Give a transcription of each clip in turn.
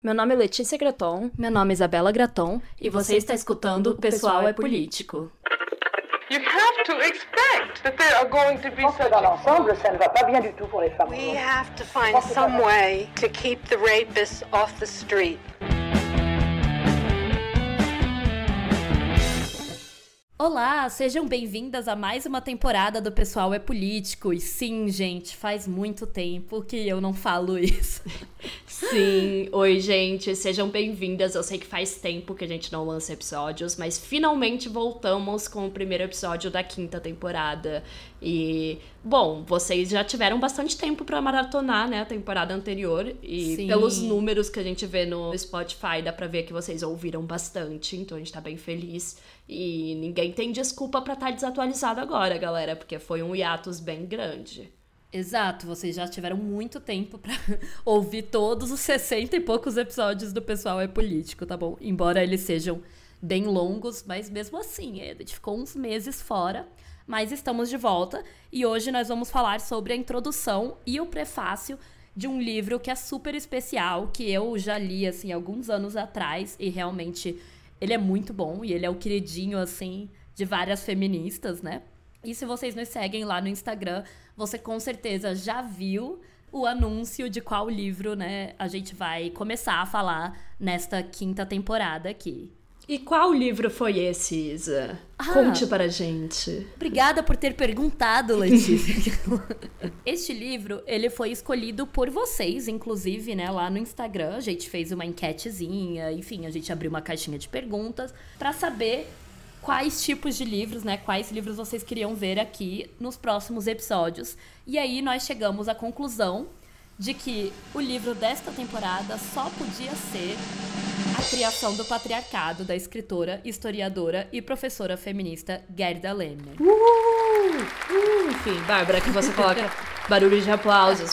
Meu nome é Letícia Graton. Meu nome é Isabela Graton. E você está escutando O Pessoal é Político. You have to expect that there are going to be such... Dans l'ensemble, ça ne va pas bien du tout pour les femmes. We have to find some way to keep the rapists off the street. Olá, sejam bem-vindas a mais uma temporada do Pessoal é Político. E sim, gente, faz muito tempo que eu não falo isso. Sim, oi gente, sejam bem-vindas. Eu sei que faz tempo que a gente não lança episódios, mas finalmente voltamos com o primeiro episódio da 5ª temporada. E, bom, vocês já tiveram bastante tempo pra maratonar, né, a temporada anterior. E Sim. Pelos números que a gente vê no Spotify, dá pra ver que vocês ouviram bastante. Então a gente tá bem feliz. E ninguém tem desculpa pra estar desatualizado agora, galera, porque foi um hiatus bem grande. Exato, vocês já tiveram muito tempo pra ouvir todos os 60 e poucos episódios do Pessoal é Político, tá bom? Embora eles sejam bem longos, mas mesmo assim, a gente ficou uns meses fora, mas estamos de volta. E hoje nós vamos falar sobre a introdução e o prefácio de um livro que é super especial, que eu já li, assim, alguns anos atrás, e realmente ele é muito bom, e ele é o queridinho, assim, de várias feministas, né? E se vocês nos seguem lá no Instagram, você com certeza já viu o anúncio de qual livro, né, a gente vai começar a falar nesta 5ª temporada aqui. E qual livro foi esse, Isa? Conte para a gente. Obrigada por ter perguntado, Letícia. Este livro, ele foi escolhido por vocês, inclusive, né, lá no Instagram. A gente fez uma enquetezinha, enfim, a gente abriu uma caixinha de perguntas para saber quais tipos de livros, né, quais livros vocês queriam ver aqui nos próximos episódios. E aí nós chegamos à conclusão de que o livro desta temporada só podia ser A Criação do Patriarcado, da escritora, historiadora e professora feminista Gerda Lerner. Enfim, Bárbara, que você coloca barulho de aplausos.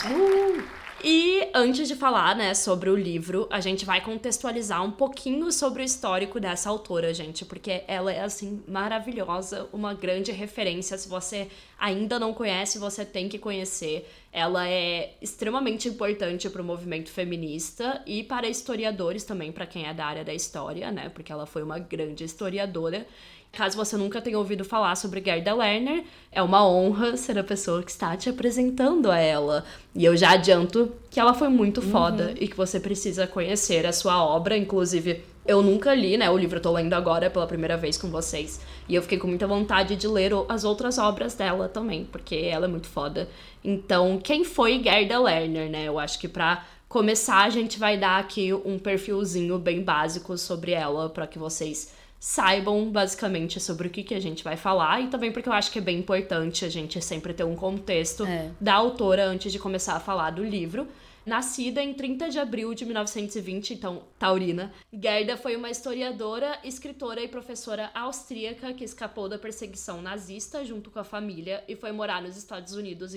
E antes de falar, né, sobre o livro, a gente vai contextualizar um pouquinho sobre o histórico dessa autora, gente, porque ela é, assim, maravilhosa, uma grande referência. Se você ainda não conhece, você tem que conhecer. Ela é extremamente importante para o movimento feminista e para historiadores também, para quem é da área da história, né, porque ela foi uma grande historiadora. Caso você nunca tenha ouvido falar sobre Gerda Lerner, é uma honra ser a pessoa que está te apresentando a ela. E eu já adianto que ela foi muito foda e que você precisa conhecer a sua obra. Inclusive, eu nunca li, né? O livro eu tô lendo agora pela primeira vez com vocês. E eu fiquei com muita vontade de ler as outras obras dela também, porque ela é muito foda. Então, quem foi Gerda Lerner, né? Eu acho que pra começar, a gente vai dar aqui um perfilzinho bem básico sobre ela, pra que vocês saibam basicamente sobre o que a gente vai falar, e também porque eu acho que é bem importante a gente sempre ter um contexto da autora antes de começar a falar do livro. Nascida em 30 de abril de 1920, então, taurina, Gerda foi uma historiadora, escritora e professora austríaca que escapou da perseguição nazista junto com a família e foi morar nos Estados Unidos em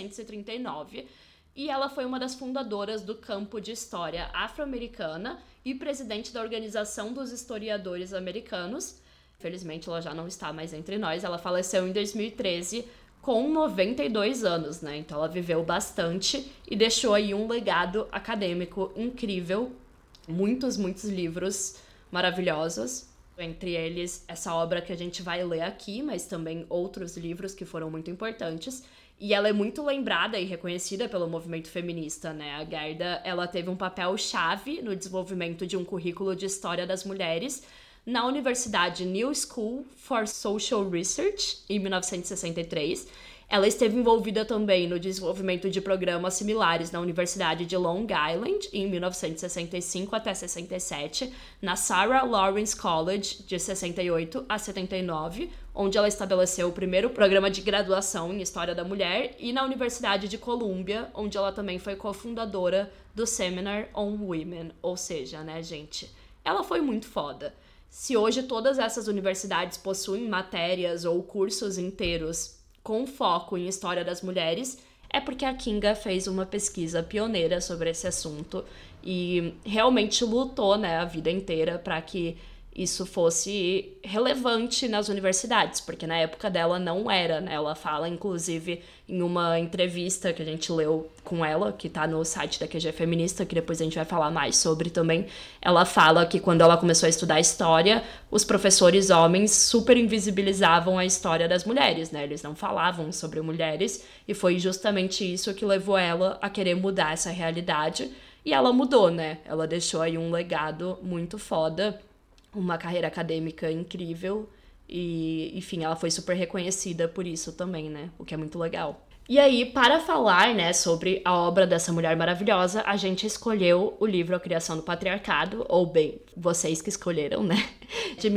1939. E ela foi uma das fundadoras do campo de história afro-americana e presidente da Organização dos Historiadores Americanos. Infelizmente, ela já não está mais entre nós. Ela faleceu em 2013 com 92 anos, né? Então, ela viveu bastante e deixou aí um legado acadêmico incrível. Muitos livros maravilhosos. Entre eles, essa obra que a gente vai ler aqui, mas também outros livros que foram muito importantes. E ela é muito lembrada e reconhecida pelo movimento feminista, né? A Gerda, ela teve um papel chave no desenvolvimento de um currículo de história das mulheres na Universidade New School for Social Research, em 1963. Ela esteve envolvida também no desenvolvimento de programas similares na Universidade de Long Island, em 1965 até 67, na Sarah Lawrence College, de 68 a 79, onde ela estabeleceu o primeiro programa de graduação em História da Mulher, e na Universidade de Columbia, onde ela também foi cofundadora do Seminar on Women. Ou seja, né, gente, ela foi muito foda. Se hoje todas essas universidades possuem matérias ou cursos inteiros com foco em história das mulheres, é porque a Kinga fez uma pesquisa pioneira sobre esse assunto e realmente lutou, né, a vida inteira para que isso fosse relevante nas universidades, porque na época dela não era, né? Ela fala, inclusive, em uma entrevista que a gente leu com ela, que tá no site da QG Feminista, que depois a gente vai falar mais sobre também, ela fala que quando ela começou a estudar história, os professores homens super invisibilizavam a história das mulheres, né? Eles não falavam sobre mulheres, e foi justamente isso que levou ela a querer mudar essa realidade, e ela mudou, né? Ela deixou aí um legado muito foda, uma carreira acadêmica incrível e, enfim, ela foi super reconhecida por isso também, né? O que é muito legal. E aí, para falar, né, sobre a obra dessa mulher maravilhosa, a gente escolheu o livro A Criação do Patriarcado, ou bem, vocês que escolheram, né? De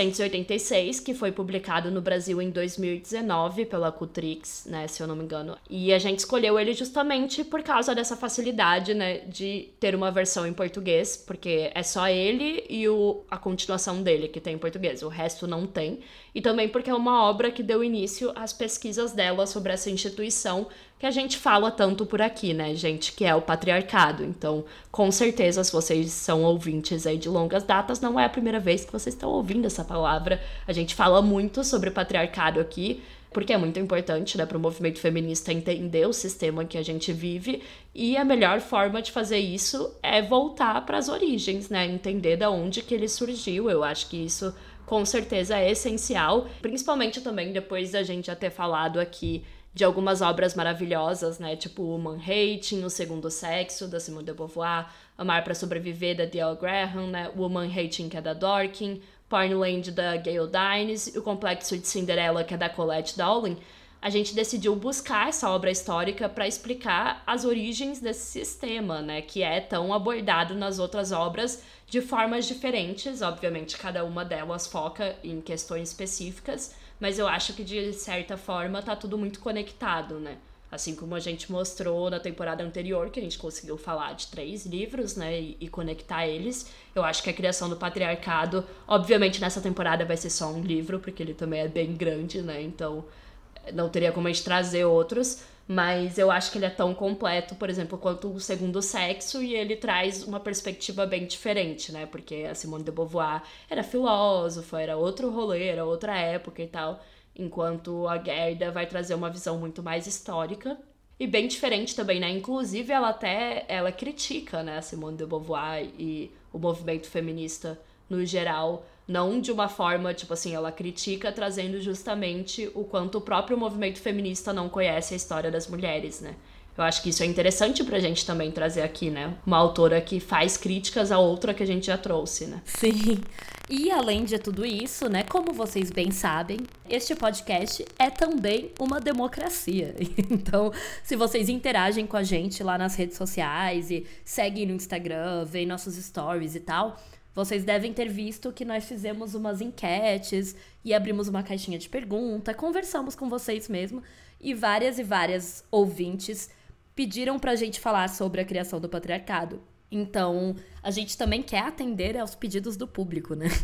1986, que foi publicado no Brasil em 2019 pela Cutrix, né, se eu não me engano. E a gente escolheu ele justamente por causa dessa facilidade, né, de ter uma versão em português, porque é só ele e a continuação dele que tem em português, o resto não tem. E também porque é uma obra que deu início às pesquisas dela sobre essa instituição que a gente fala tanto por aqui, né, gente, que é o patriarcado. Então, com certeza, se vocês são ouvintes aí de longas datas, não é a primeira vez que vocês estão ouvindo essa palavra. A gente fala muito sobre o patriarcado aqui, porque é muito importante, né, para o movimento feminista entender o sistema que a gente vive, e a melhor forma de fazer isso é voltar para as origens, né, entender de onde que ele surgiu. Eu acho que isso com certeza é essencial, principalmente também depois da gente já ter falado aqui de algumas obras maravilhosas, né, tipo Woman Hating, O Segundo Sexo, da Simone de Beauvoir, Amar para Sobreviver, da D.L. Graham, né, Woman Hating, que é da Dorkin, Pornland, da Gayle Dines, e O Complexo de Cinderella, que é da Colette Dowling. A gente decidiu buscar essa obra histórica para explicar as origens desse sistema, né, que é tão abordado nas outras obras de formas diferentes. Obviamente, cada uma delas foca em questões específicas, mas eu acho que, de certa forma, tá tudo muito conectado, né? Assim como a gente mostrou na temporada anterior, que a gente conseguiu falar de 3 livros, né, e conectar eles. Eu acho que A Criação do Patriarcado, obviamente, nessa temporada vai ser só um livro, porque ele também é bem grande, né, então não teria como a gente trazer outros, mas eu acho que ele é tão completo, por exemplo, quanto O Segundo Sexo, e ele traz uma perspectiva bem diferente, né, porque a Simone de Beauvoir era filósofa, era outro rolê, era outra época e tal, enquanto a Gerda vai trazer uma visão muito mais histórica e bem diferente também, né, inclusive ela critica, né, a Simone de Beauvoir e o movimento feminista no geral, não de uma forma, tipo assim, ela critica trazendo justamente o quanto o próprio movimento feminista não conhece a história das mulheres, né? Eu acho que isso é interessante pra gente também trazer aqui, né? Uma autora que faz críticas a outra que a gente já trouxe, né? Sim. E além de tudo isso, né, como vocês bem sabem, este podcast é também uma democracia. Então, se vocês interagem com a gente lá nas redes sociais e seguem no Instagram, veem nossos stories e tal, vocês devem ter visto que nós fizemos umas enquetes e abrimos uma caixinha de pergunta, conversamos com vocês mesmo, e várias ouvintes pediram pra gente falar sobre a criação do patriarcado. Então, a gente também quer atender aos pedidos do público, né?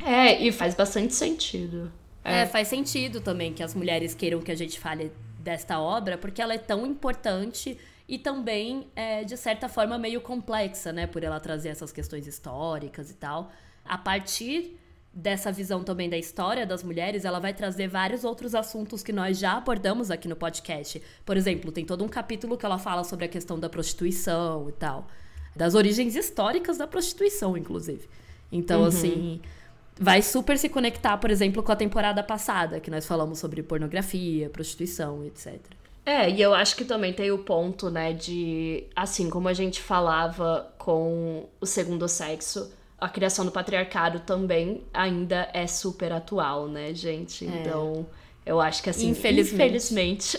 E faz bastante sentido. Faz sentido também que as mulheres queiram que a gente fale desta obra, porque ela é tão importante e também, de certa forma, meio complexa, né? Por ela trazer essas questões históricas e tal. A partir dessa visão também da história das mulheres, ela vai trazer vários outros assuntos que nós já abordamos aqui no podcast. Por exemplo, tem todo um capítulo que ela fala sobre a questão da prostituição e tal. Das origens históricas da prostituição, inclusive. Então, assim, vai super se conectar, por exemplo, com a temporada passada, que nós falamos sobre pornografia, prostituição, etc. E eu acho que também tem o ponto, né, de, assim como a gente falava com O Segundo Sexo, a criação do patriarcado também ainda é super atual, né, gente? Então, eu acho que, assim, infelizmente,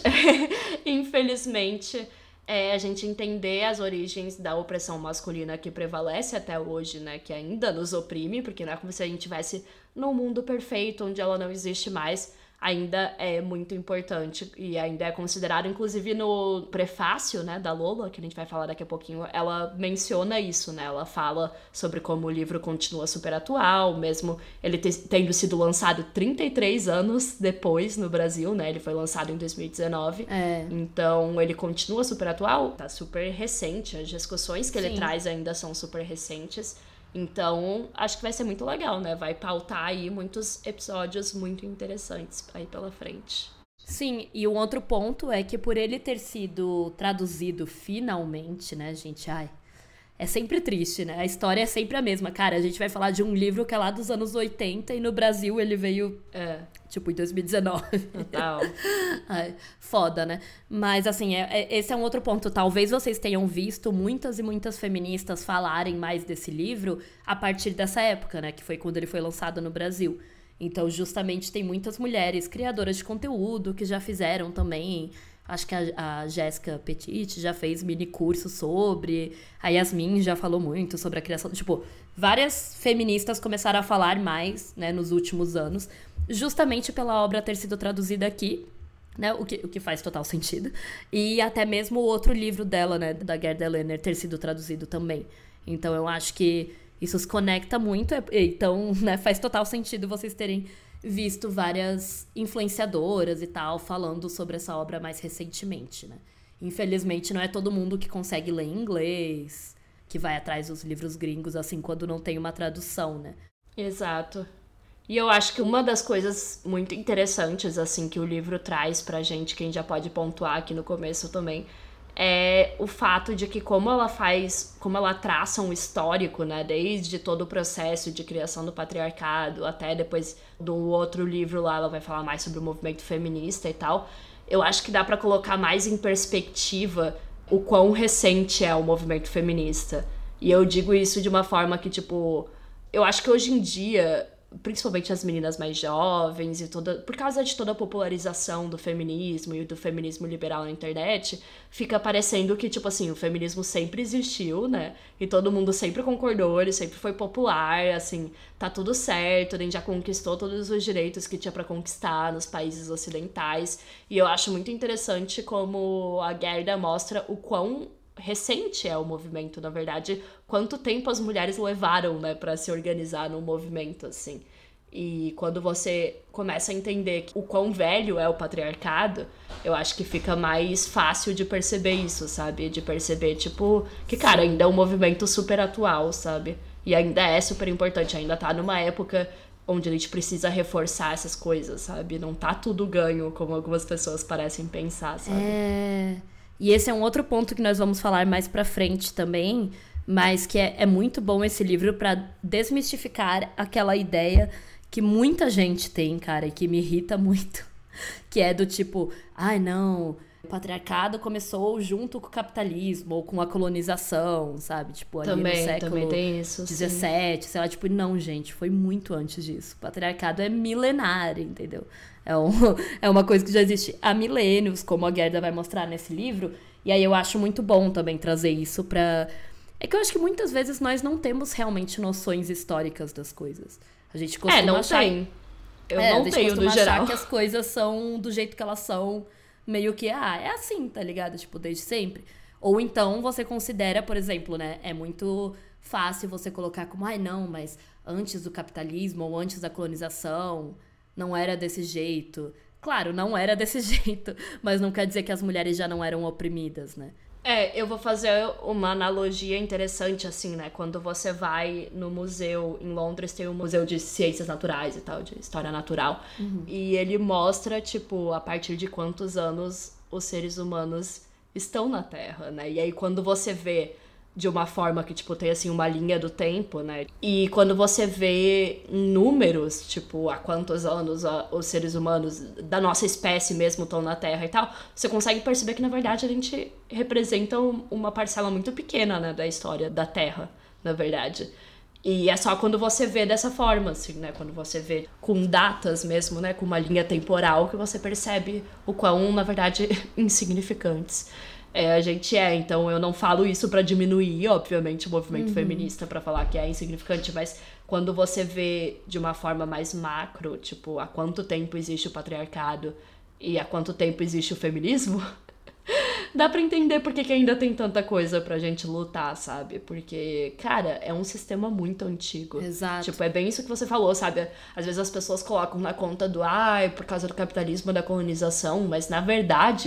a gente entender as origens da opressão masculina que prevalece até hoje, né, que ainda nos oprime, porque não é como se a gente estivesse num mundo perfeito, onde ela não existe mais, ainda é muito importante e ainda é considerado, inclusive no prefácio, né, da Lola, que a gente vai falar daqui a pouquinho, ela menciona isso, né, ela fala sobre como o livro continua super atual, mesmo ele tendo sido lançado 33 anos depois no Brasil, né, ele foi lançado em 2019, então ele continua super atual, tá super recente, as discussões que ele traz ainda são super recentes. Então, acho que vai ser muito legal, né? Vai pautar aí muitos episódios muito interessantes pra ir pela frente. Sim, e um outro ponto é que por ele ter sido traduzido finalmente, né, gente? Ai, é sempre triste, né? A história é sempre a mesma. Cara, a gente vai falar de um livro que é lá dos anos 80 e no Brasil ele veio, tipo, em 2019. Total. Ai, foda, né? Mas, assim, esse é um outro ponto. Talvez vocês tenham visto muitas e muitas feministas falarem mais desse livro a partir dessa época, né? Que foi quando ele foi lançado no Brasil. Então, justamente, tem muitas mulheres criadoras de conteúdo que já fizeram também. Acho que a Jéssica Petit já fez mini curso sobre. A Yasmin já falou muito sobre a criação. Tipo, várias feministas começaram a falar mais, né, nos últimos anos, justamente pela obra ter sido traduzida aqui, né, o que faz total sentido. E até mesmo o outro livro dela, né, da Gerda Lerner, ter sido traduzido também. Então, eu acho que isso se conecta muito. Então, né, faz total sentido vocês terem visto várias influenciadoras e tal falando sobre essa obra mais recentemente, né? Infelizmente, não é todo mundo que consegue ler em inglês, que vai atrás dos livros gringos, assim, quando não tem uma tradução, né? Exato. E eu acho que uma das coisas muito interessantes, assim, que o livro traz pra gente, que a gente já pode pontuar aqui no começo também, é o fato de que como ela traça um histórico, né, desde todo o processo de criação do patriarcado até depois do outro livro lá, ela vai falar mais sobre o movimento feminista e tal, eu acho que dá pra colocar mais em perspectiva o quão recente é o movimento feminista. E eu digo isso de uma forma que, tipo, eu acho que hoje em dia, principalmente as meninas mais jovens e por causa de toda a popularização do feminismo e do feminismo liberal na internet, fica parecendo que, tipo assim, o feminismo sempre existiu, né? E todo mundo sempre concordou, ele sempre foi popular, assim, tá tudo certo, a gente já conquistou todos os direitos que tinha pra conquistar nos países ocidentais. E eu acho muito interessante como a Gerda mostra o quão recente é o movimento, na verdade, quanto tempo as mulheres levaram, né, pra se organizar num movimento, assim. E quando você começa a entender o quão velho é o patriarcado, eu acho que fica mais fácil de perceber isso, sabe? De perceber, tipo, que, cara, ainda é um movimento super atual, sabe? E ainda é super importante, ainda tá numa época onde a gente precisa reforçar essas coisas, sabe? Não tá tudo ganho, como algumas pessoas parecem pensar, sabe? E esse é um outro ponto que nós vamos falar mais pra frente também, mas que é muito bom esse livro pra desmistificar aquela ideia que muita gente tem, cara, e que me irrita muito, que é do tipo, ai não, o patriarcado começou junto com o capitalismo ou com a colonização, sabe? Tipo, ali no século também tem isso, 17, sei lá, tipo, não, gente, foi muito antes disso. O patriarcado é milenar, entendeu? É uma coisa que já existe há milênios, como a Gerda vai mostrar nesse livro. E aí eu acho muito bom também trazer isso pra... É que eu acho que muitas vezes nós não temos realmente noções históricas das coisas. A gente costuma não achar... tem. Eu não tenho, no geral. Achar que as coisas são do jeito que elas são, meio que, é assim, tá ligado? Tipo, desde sempre. Ou então você considera, por exemplo, né? É muito fácil você colocar como, não, mas antes do capitalismo ou antes da colonização... não era desse jeito. Claro, não era desse jeito, mas não quer dizer que as mulheres já não eram oprimidas, né? Eu vou fazer uma analogia interessante, assim, né? Quando você vai no museu, em Londres tem um museu de ciências naturais e tal, de história natural. E ele mostra, tipo, a partir de quantos anos os seres humanos estão na Terra, né? E aí quando você vê de uma forma que, tipo, tem, assim, uma linha do tempo, né? E quando você vê em números, tipo, há quantos anos os seres humanos da nossa espécie mesmo estão na Terra e tal, você consegue perceber que, na verdade, a gente representa uma parcela muito pequena, né, da história da Terra, na verdade. E é só quando você vê dessa forma, assim, né? Quando você vê com datas mesmo, né? Com uma linha temporal, que você percebe o quão, na verdade, insignificantes a gente então eu não falo isso pra diminuir, obviamente, o movimento feminista, pra falar que é insignificante, mas quando você vê de uma forma mais macro, tipo, há quanto tempo existe o patriarcado e há quanto tempo existe o feminismo, dá pra entender por que ainda tem tanta coisa pra gente lutar, sabe? Porque, cara, é um sistema muito antigo. Exato. Tipo, é bem isso que você falou, sabe? Às vezes as pessoas colocam na conta do, por causa do capitalismo, da colonização, mas na verdade...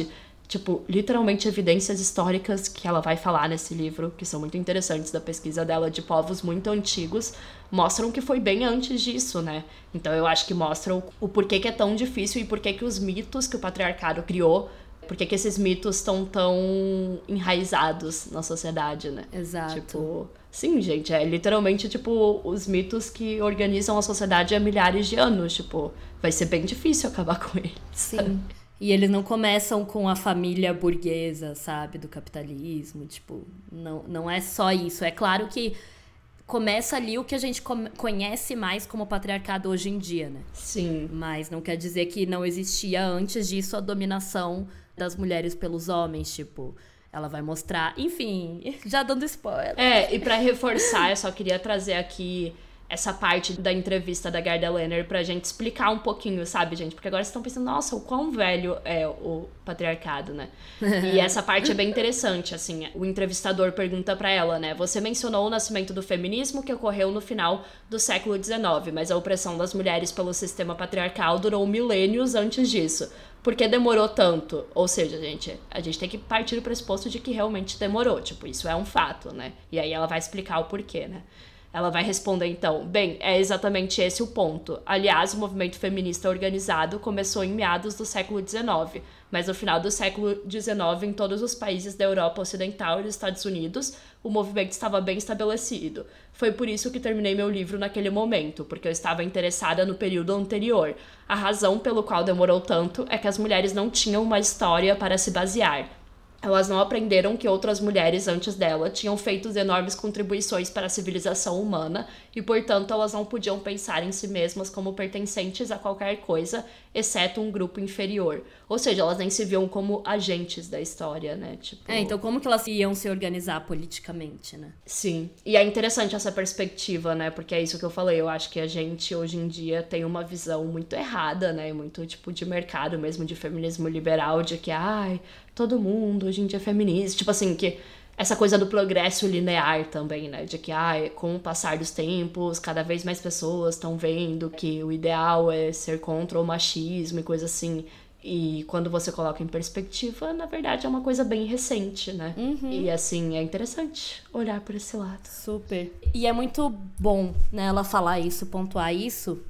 tipo, literalmente evidências históricas que ela vai falar nesse livro, que são muito interessantes da pesquisa dela de povos muito antigos, mostram que foi bem antes disso, né? Então eu acho que mostram o porquê que é tão difícil e porquê que os mitos que o patriarcado criou, porquê que esses mitos estão tão enraizados na sociedade, né? Exato. Tipo, sim, gente, é literalmente, tipo, os mitos que organizam a sociedade há milhares de anos, tipo, vai ser bem difícil acabar com eles. Sim. E eles não começam com a família burguesa, sabe, do capitalismo, tipo, não é só isso. É claro que começa ali o que a gente conhece mais como patriarcado hoje em dia, né? Sim. Mas não quer dizer que não existia antes disso a dominação das mulheres pelos homens, tipo, ela vai mostrar, enfim, já dando spoiler. E pra reforçar, eu só queria trazer aqui essa parte da entrevista da Gerda Lerner pra gente explicar um pouquinho, sabe, gente? Porque agora vocês estão pensando, nossa, o quão velho é o patriarcado, né? E essa parte é bem interessante, assim, o entrevistador pergunta pra ela, né? Você mencionou o nascimento do feminismo que ocorreu no final do século XIX, mas a opressão das mulheres pelo sistema patriarcal durou milênios antes disso. Por que demorou tanto? Ou seja, a gente tem que partir do pressuposto de que realmente demorou, tipo, isso é um fato, né? E aí ela vai explicar o porquê, né? Ela vai responder, então, bem, é exatamente esse o ponto. Aliás, o movimento feminista organizado começou em meados do século XIX, mas no final do século XIX, em todos os países da Europa Ocidental e dos Estados Unidos, o movimento estava bem estabelecido. Foi por isso que terminei meu livro naquele momento, porque eu estava interessada no período anterior. A razão pelo qual demorou tanto é que as mulheres não tinham uma história para se basear. Elas não aprenderam que outras mulheres antes dela tinham feito enormes contribuições para a civilização humana e, portanto, elas não podiam pensar em si mesmas como pertencentes a qualquer coisa, exceto um grupo inferior. Ou seja, elas nem se viam como agentes da história, né? Tipo... então como que elas iam se organizar politicamente, né? Sim. E é interessante essa perspectiva, né? Porque é isso que eu falei. Eu acho que a gente, hoje em dia, tem uma visão muito errada, né? Muito, tipo, de mercado mesmo, de feminismo liberal, de que, todo mundo hoje em dia é feminista. Tipo assim, que essa coisa do progresso linear também, né? De que, com o passar dos tempos, cada vez mais pessoas estão vendo que o ideal é ser contra o machismo e coisa assim. E quando você coloca em perspectiva, na verdade é uma coisa bem recente, né? E assim, é interessante olhar por esse lado. Super. E é muito bom, né, ela falar isso, pontuar isso,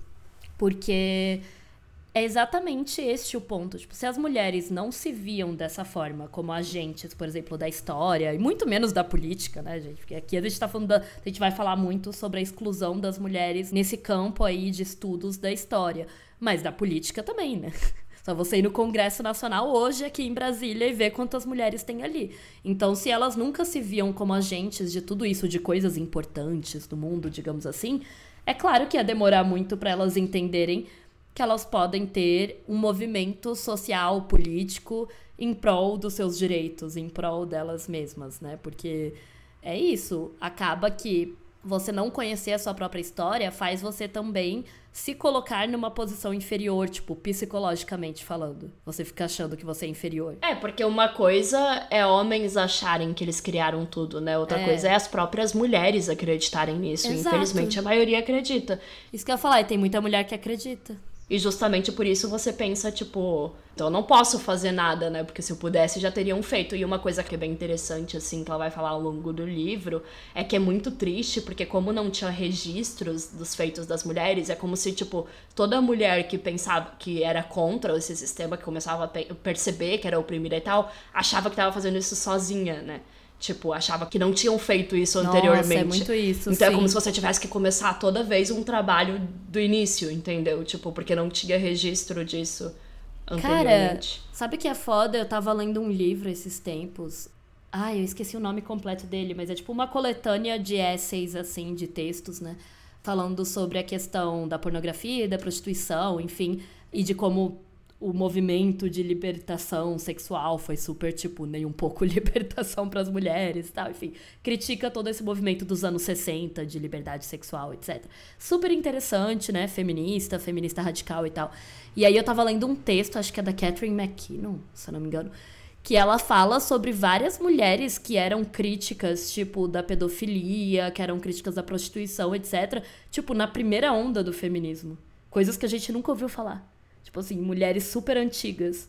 porque é exatamente este o ponto. Tipo, se as mulheres não se viam dessa forma, como agentes, por exemplo, da história, e muito menos da política, né, gente? Porque aqui a gente tá falando a gente vai falar muito sobre a exclusão das mulheres nesse campo aí de estudos da história. Mas da política também, né? Só você ir no Congresso Nacional hoje, aqui em Brasília, e ver quantas mulheres tem ali. Então, se elas nunca se viam como agentes de tudo isso, de coisas importantes do mundo, digamos assim, é claro que ia demorar muito para elas entenderem que elas podem ter um movimento social, político, em prol dos seus direitos, em prol delas mesmas, né? Porque é isso, acaba que você não conhecer a sua própria história faz você também se colocar numa posição inferior, tipo, psicologicamente falando. Você fica achando que você é inferior. Porque uma coisa é homens acharem que eles criaram tudo, né? Outra coisa é as próprias mulheres acreditarem nisso. Exato. Infelizmente, a maioria acredita. Isso que eu ia falar, e tem muita mulher que acredita. E justamente por isso você pensa, tipo, então eu não posso fazer nada, né? Porque se eu pudesse, já teriam feito. E uma coisa que é bem interessante, assim, que ela vai falar ao longo do livro, é que é muito triste, porque como não tinha registros dos feitos das mulheres, é como se, tipo, toda mulher que pensava que era contra esse sistema, que começava a perceber que era oprimida e tal, achava que tava fazendo isso sozinha, né? Tipo, achava que não tinham feito isso anteriormente. Nossa, é muito isso, então sim. É como se você tivesse que começar toda vez um trabalho do início, entendeu? Tipo, porque não tinha registro disso anteriormente. Cara, sabe o que é foda? Eu tava lendo um livro esses tempos. Eu esqueci o nome completo dele, mas é tipo uma coletânea de essays, assim, de textos, né? Falando sobre a questão da pornografia, da prostituição, enfim, e de como o movimento de libertação sexual foi super, tipo, nem um pouco libertação pras mulheres e tal, enfim. Critica todo esse movimento dos anos 60 de liberdade sexual, etc. Super interessante, né? Feminista radical e tal. E aí eu tava lendo um texto, acho que é da Catherine McKinnon, se eu não me engano, que ela fala sobre várias mulheres que eram críticas, tipo, da pedofilia, que eram críticas da prostituição, etc. Tipo, na primeira onda do feminismo. Coisas que a gente nunca ouviu falar. Tipo assim, mulheres super antigas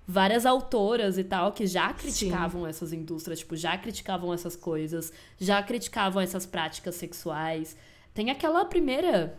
várias autoras e tal que já criticavam essas indústrias, tipo, já criticavam essas coisas, já criticavam essas práticas sexuais. Tem aquela primeira...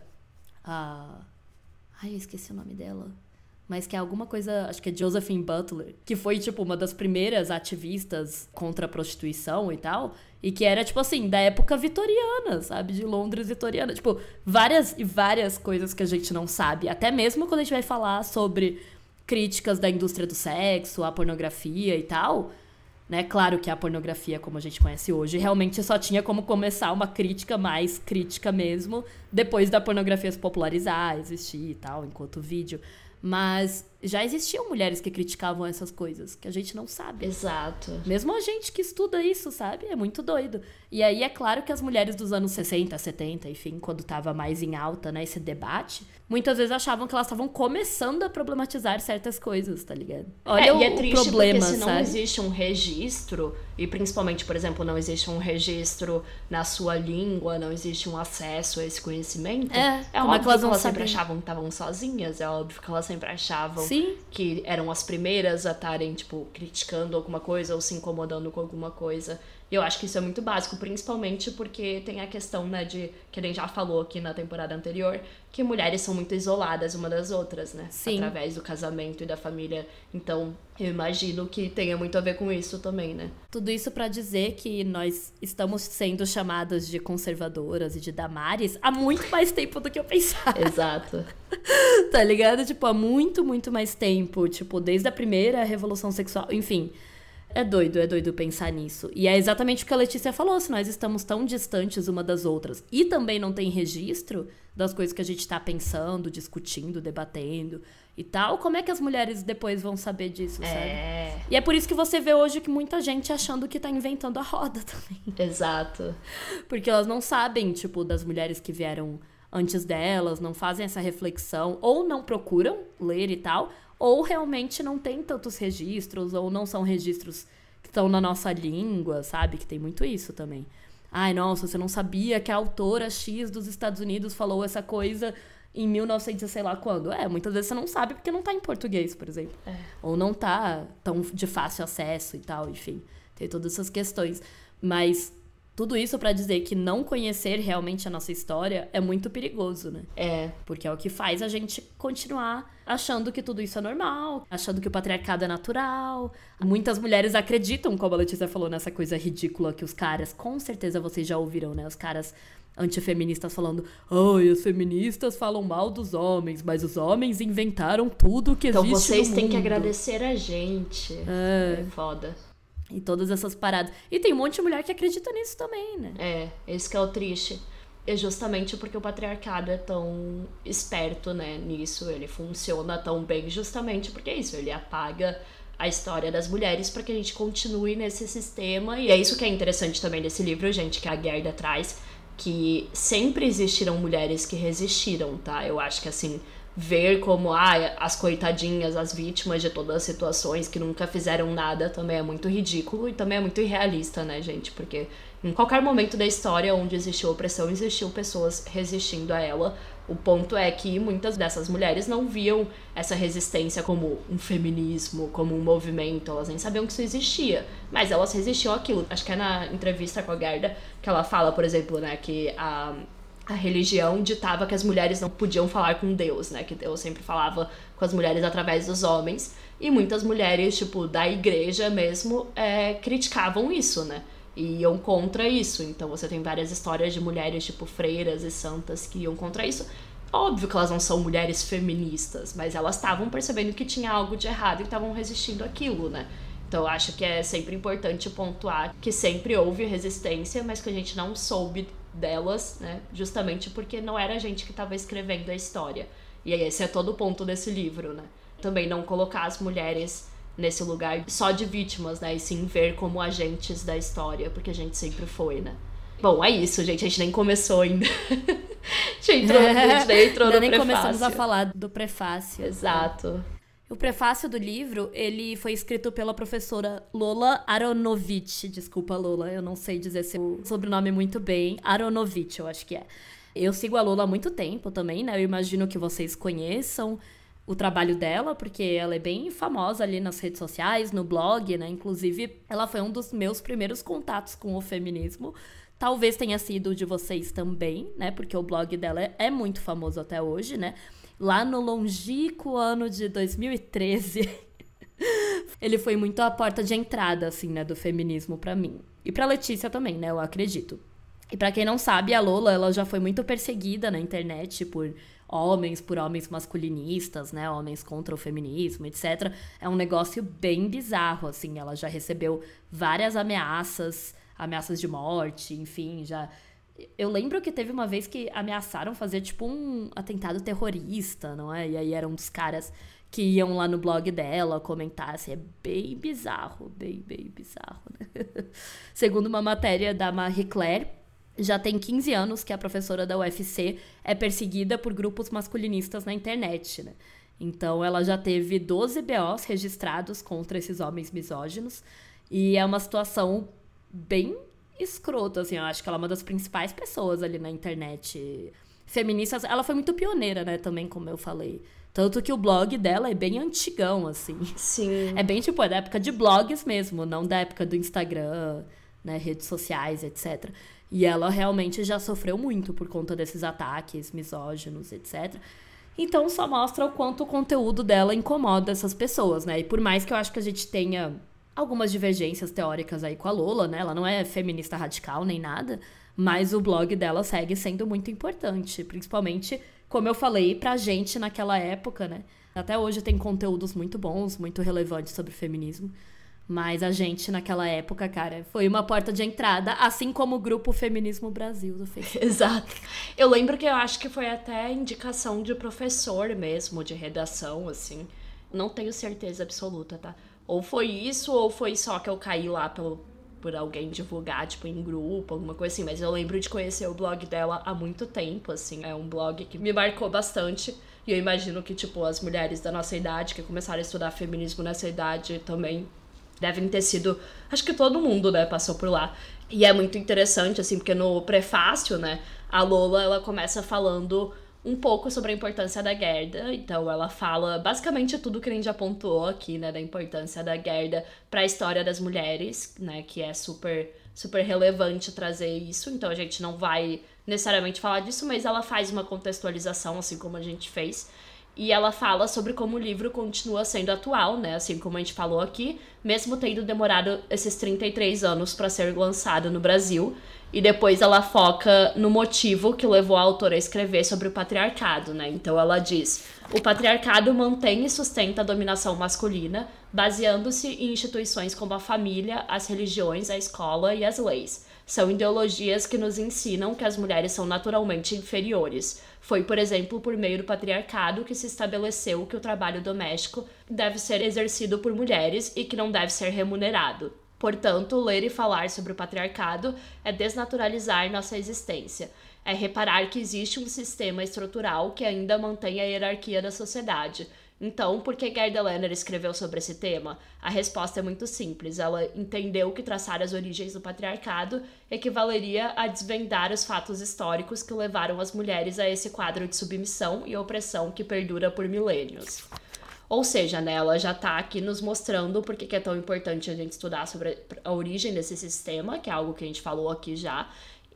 Ai, eu esqueci o nome dela. Mas que é alguma coisa, acho que é Josephine Butler, que foi, tipo, uma das primeiras ativistas contra a prostituição e tal, e que era, tipo assim, da época vitoriana, sabe? De Londres vitoriana. Tipo, várias e várias coisas que a gente não sabe. Até mesmo quando a gente vai falar sobre críticas da indústria do sexo, a pornografia e tal, né? Claro que a pornografia, como a gente conhece hoje, realmente só tinha como começar uma crítica mais crítica mesmo, depois da pornografia se popularizar, existir e tal, enquanto vídeo. Mas já existiam mulheres que criticavam essas coisas, que a gente não sabe. Exato. Mesmo a gente que estuda isso, sabe? É muito doido. E aí é claro que as mulheres dos anos 60, 70, enfim, quando tava mais em alta, né, esse debate, muitas vezes achavam que elas estavam começando a problematizar certas coisas, tá ligado? Olha e é triste problema, porque se não sabe? existe um registro, e principalmente, por exemplo, não existe um registro na sua língua, não existe um acesso a esse conhecimento, como óbvio é que elas vão sempre saber? achavam que estavam sozinhas, é óbvio que elas sempre achavam Sim. que eram as primeiras a estarem, tipo, criticando alguma coisa ou se incomodando com alguma coisa. E eu acho que isso é muito básico, principalmente porque tem a questão, né, de, que a gente já falou aqui na temporada anterior, que mulheres são muito isoladas uma das outras, né? Sim. Através do casamento e da família. Então, eu imagino que tenha muito a ver com isso também, né? Tudo isso pra dizer que nós estamos sendo chamadas de conservadoras e de damares há muito mais tempo do que eu pensava. Exato. Tá ligado? Tipo, há muito, muito mais tempo. Tipo, desde a primeira revolução sexual. Enfim, é doido pensar nisso. E é exatamente o que a Letícia falou. Se nós estamos tão distantes uma das outras e também não tem registro das coisas que a gente tá pensando, discutindo, debatendo e tal, como é que as mulheres depois vão saber disso, sabe? E é por isso que você vê hoje que muita gente achando que tá inventando a roda também. Exato. Porque elas não sabem, tipo, das mulheres que vieram antes delas, não fazem essa reflexão, ou não procuram ler e tal, ou realmente não tem tantos registros, ou não são registros que estão na nossa língua, sabe? Que tem muito isso também. Ai, nossa, você não sabia que a autora X dos Estados Unidos falou essa coisa em 1900 sei lá quando. Muitas vezes você não sabe porque não tá em português, por exemplo. Ou não tá tão de fácil acesso e tal, enfim. Tem todas essas questões. Mas tudo isso pra dizer que não conhecer realmente a nossa história é muito perigoso, né? Porque é o que faz a gente continuar achando que tudo isso é normal, achando que o patriarcado é natural. Muitas mulheres acreditam, como a Letícia falou, nessa coisa ridícula que os caras, com certeza vocês já ouviram, né? Os caras antifeministas falando: ai, as feministas falam mal dos homens, mas os homens inventaram tudo que existe no mundo. Então vocês têm que agradecer a gente. É foda. E todas essas paradas. E tem um monte de mulher que acredita nisso também, né? Esse que é o triste. É justamente porque o patriarcado é tão esperto, né, nisso. Ele funciona tão bem justamente porque é isso. Ele apaga a história das mulheres para que a gente continue nesse sistema. E é isso que é interessante também desse livro, gente, que a Gerda traz, que sempre existiram mulheres que resistiram, tá? Eu acho que, assim, ver como as coitadinhas, as vítimas de todas as situações que nunca fizeram nada também é muito ridículo e também é muito irrealista, né, gente? Porque em qualquer momento da história onde existiu opressão, existiam pessoas resistindo a ela. O ponto é que muitas dessas mulheres não viam essa resistência como um feminismo, como um movimento, elas nem sabiam que isso existia, mas elas resistiam àquilo. Acho que é na entrevista com a Gerda que ela fala, por exemplo, né, que a religião ditava que as mulheres não podiam falar com Deus, né? Que Deus sempre falava com as mulheres através dos homens. E muitas mulheres, tipo, da igreja mesmo, criticavam isso, né? E iam contra isso. Então você tem várias histórias de mulheres, tipo, freiras e santas que iam contra isso. Óbvio que elas não são mulheres feministas, mas elas estavam percebendo que tinha algo de errado e estavam resistindo àquilo, né? Então eu acho que é sempre importante pontuar que sempre houve resistência, mas que a gente não soube delas, né? Justamente porque não era a gente que estava escrevendo a história. E aí esse é todo o ponto desse livro, né? Também não colocar as mulheres nesse lugar só de vítimas, né? E sim ver como agentes da história, porque a gente sempre foi, né? Bom, é isso, gente. A gente nem começou ainda. a gente nem entrou no nem prefácio. Começamos a falar do prefácio. Exato. O prefácio do livro, ele foi escrito pela professora Lola Aronovitch. Desculpa, Lola, eu não sei dizer seu sobrenome muito bem. Aronovitch, eu acho que é. Eu sigo a Lola há muito tempo também, né? Eu imagino que vocês conheçam. o trabalho dela, porque ela é bem famosa ali nas redes sociais, no blog, né? Inclusive, ela foi um dos meus primeiros contatos com o feminismo. Talvez tenha sido de vocês também, né? Porque o blog dela é muito famoso até hoje, né? Lá no longínquo ano de 2013, ele foi muito a porta de entrada, assim, né? Do feminismo pra mim. E pra Letícia também, né? Eu acredito. E pra quem não sabe, a Lola, ela já foi muito perseguida na internet por homens masculinistas, né? Homens contra o feminismo, etc. É um negócio bem bizarro, assim. Ela já recebeu várias ameaças de morte, enfim, já... Eu lembro que teve uma vez que ameaçaram fazer, tipo, um atentado terrorista, não é? E aí eram uns caras que iam lá no blog dela comentar, assim, é bem bizarro, bem bizarro, né? Segundo uma matéria da Marie Claire, já tem 15 anos que a professora da UFC é perseguida por grupos masculinistas na internet, né? Então, ela já teve 12 BOs registrados contra esses homens misóginos, e é uma situação bem escrota, assim. Eu acho que ela é uma das principais pessoas ali na internet feministas. Ela foi muito pioneira, né, também, como eu falei. Tanto que o blog dela é bem antigão, assim. Sim. É bem, tipo, é da época de blogs mesmo, não da época do Instagram, né, redes sociais, etc. E ela realmente já sofreu muito por conta desses ataques misóginos, etc. Então, só mostra o quanto o conteúdo dela incomoda essas pessoas, né? E por mais que eu acho que a gente tenha algumas divergências teóricas aí com a Lola, né? Ela não é feminista radical nem nada, mas o blog dela segue sendo muito importante, principalmente, como eu falei, pra gente naquela época, né? Até hoje tem conteúdos muito bons, muito relevantes sobre feminismo, mas a gente naquela época, cara, foi uma porta de entrada, assim como o grupo Feminismo Brasil do Facebook. Exato. Eu lembro que eu acho que foi até indicação de professor mesmo, de redação, assim. Não tenho certeza absoluta, tá? Ou foi isso, ou foi só que eu caí lá por alguém divulgar, tipo, em grupo, alguma coisa assim. Mas eu lembro de conhecer o blog dela há muito tempo, assim. É um blog que me marcou bastante. E eu imagino que, tipo, as mulheres da nossa idade, que começaram a estudar feminismo nessa idade também devem ter sido... Acho que todo mundo, né, passou por lá. E é muito interessante, assim, porque no prefácio, né, a Lola, ela começa falando um pouco sobre a importância da Gerda. Então ela fala basicamente tudo que a gente já apontou aqui, né, da importância da Gerda para a história das mulheres, né, que é super relevante trazer isso. Então a gente não vai necessariamente falar disso, mas ela faz uma contextualização, assim como a gente fez. E ela fala sobre como o livro continua sendo atual, né, assim como a gente falou aqui, mesmo tendo demorado esses 33 anos para ser lançado no Brasil. E depois ela foca no motivo que levou a autora a escrever sobre o patriarcado, né? Então ela diz: o patriarcado mantém e sustenta a dominação masculina, baseando-se em instituições como a família, as religiões, a escola e as leis. São ideologias que nos ensinam que as mulheres são naturalmente inferiores. Foi, por exemplo, por meio do patriarcado que se estabeleceu que o trabalho doméstico deve ser exercido por mulheres e que não deve ser remunerado. Portanto, ler e falar sobre o patriarcado é desnaturalizar nossa existência. É reparar que existe um sistema estrutural que ainda mantém a hierarquia da sociedade. Então, por que Gerda Lerner escreveu sobre esse tema? A resposta é muito simples. Ela entendeu que traçar as origens do patriarcado equivaleria a desvendar os fatos históricos que levaram as mulheres a esse quadro de submissão e opressão que perdura por milênios. Ou seja, né, ela já tá aqui nos mostrando por que é tão importante a gente estudar sobre a origem desse sistema, que é algo que a gente falou aqui já,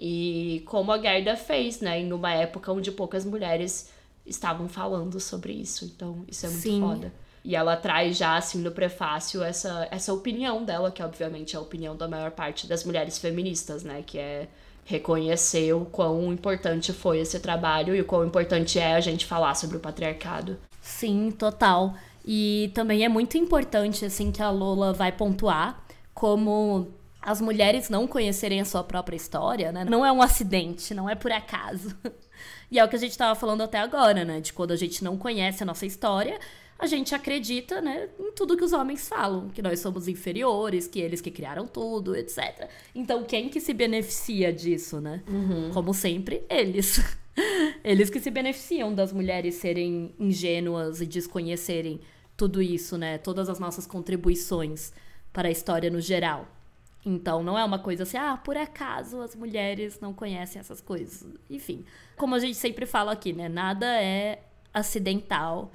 e como a Gerda fez, né, em uma época onde poucas mulheres estavam falando sobre isso. Então, isso é muito Sim. foda. E ela traz já, assim, no prefácio, essa opinião dela, que obviamente é a opinião da maior parte das mulheres feministas, né, que é reconhecer o quão importante foi esse trabalho e o quão importante é a gente falar sobre o patriarcado. Sim, total. E também é muito importante, assim, que a Lola vai pontuar como as mulheres não conhecerem a sua própria história, né? Não é um acidente, não é por acaso. E é o que a gente estava falando até agora, né? De quando a gente não conhece a nossa história, a gente acredita, né, em tudo que os homens falam, que nós somos inferiores, que eles que criaram tudo, etc. Então, quem que se beneficia disso, né? Como sempre, eles. Eles que se beneficiam das mulheres serem ingênuas e desconhecerem tudo isso, né? Todas as nossas contribuições para a história no geral. Então, não é uma coisa assim, por acaso as mulheres não conhecem essas coisas. Enfim, como a gente sempre fala aqui, né? Nada é acidental,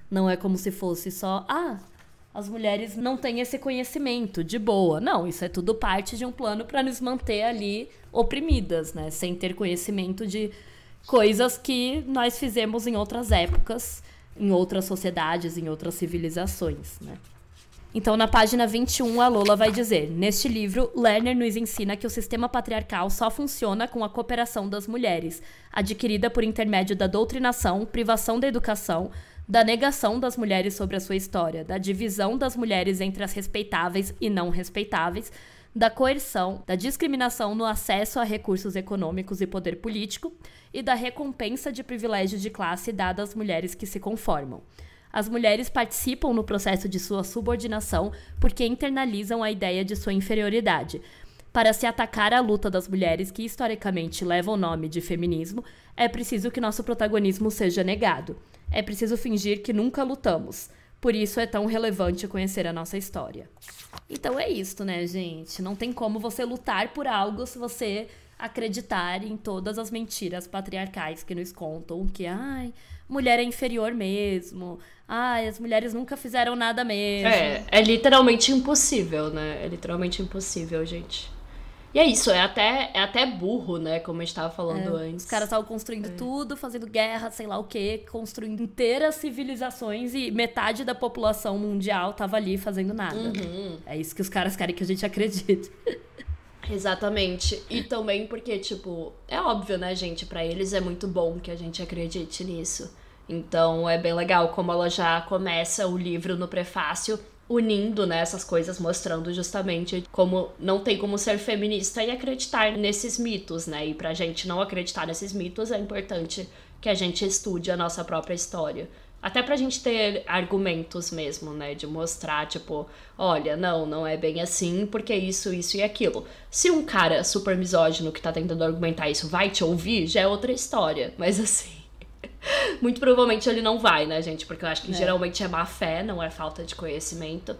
Não é como se fosse só, as mulheres não têm esse conhecimento, de boa. Não, isso é tudo parte de um plano para nos manter ali oprimidas, né? Sem ter conhecimento de coisas que nós fizemos em outras épocas, em outras sociedades, em outras civilizações, né? Então, na página 21, a Lola vai dizer: neste livro, Lerner nos ensina que o sistema patriarcal só funciona com a cooperação das mulheres, adquirida por intermédio da doutrinação, privação da educação, da negação das mulheres sobre a sua história, da divisão das mulheres entre as respeitáveis e não respeitáveis, da coerção, da discriminação no acesso a recursos econômicos e poder político e da recompensa de privilégios de classe dada às mulheres que se conformam. As mulheres participam no processo de sua subordinação porque internalizam a ideia de sua inferioridade. Para se atacar a luta das mulheres, que historicamente leva o nome de feminismo, é preciso que nosso protagonismo seja negado. É preciso fingir que nunca lutamos. Por isso é tão relevante conhecer a nossa história. Então é isso, né, gente? Não tem como você lutar por algo se você acreditar em todas as mentiras patriarcais que nos contam que, mulher é inferior mesmo, as mulheres nunca fizeram nada mesmo. É literalmente impossível, né? É literalmente impossível, gente. E é isso, é até burro, né? Como a gente tava falando antes. Os caras estavam construindo tudo, fazendo guerra, sei lá o quê, construindo inteiras civilizações e metade da população mundial tava ali fazendo nada. Uhum. É isso que os caras querem que a gente acredite. Exatamente. E também porque, tipo, é óbvio, né, gente? Pra eles é muito bom que a gente acredite nisso. Então é bem legal como ela já começa o livro no prefácio unindo, né, essas coisas, mostrando justamente como não tem como ser feminista e acreditar nesses mitos, né? E pra gente não acreditar nesses mitos é importante que a gente estude a nossa própria história. Até pra gente ter argumentos mesmo, né? De mostrar, tipo, olha, não é bem assim, porque isso e aquilo. Se um cara super misógino que tá tentando argumentar isso vai te ouvir, já é outra história. Mas assim, muito provavelmente ele não vai, né, gente? Porque eu acho que geralmente é má fé, não é falta de conhecimento.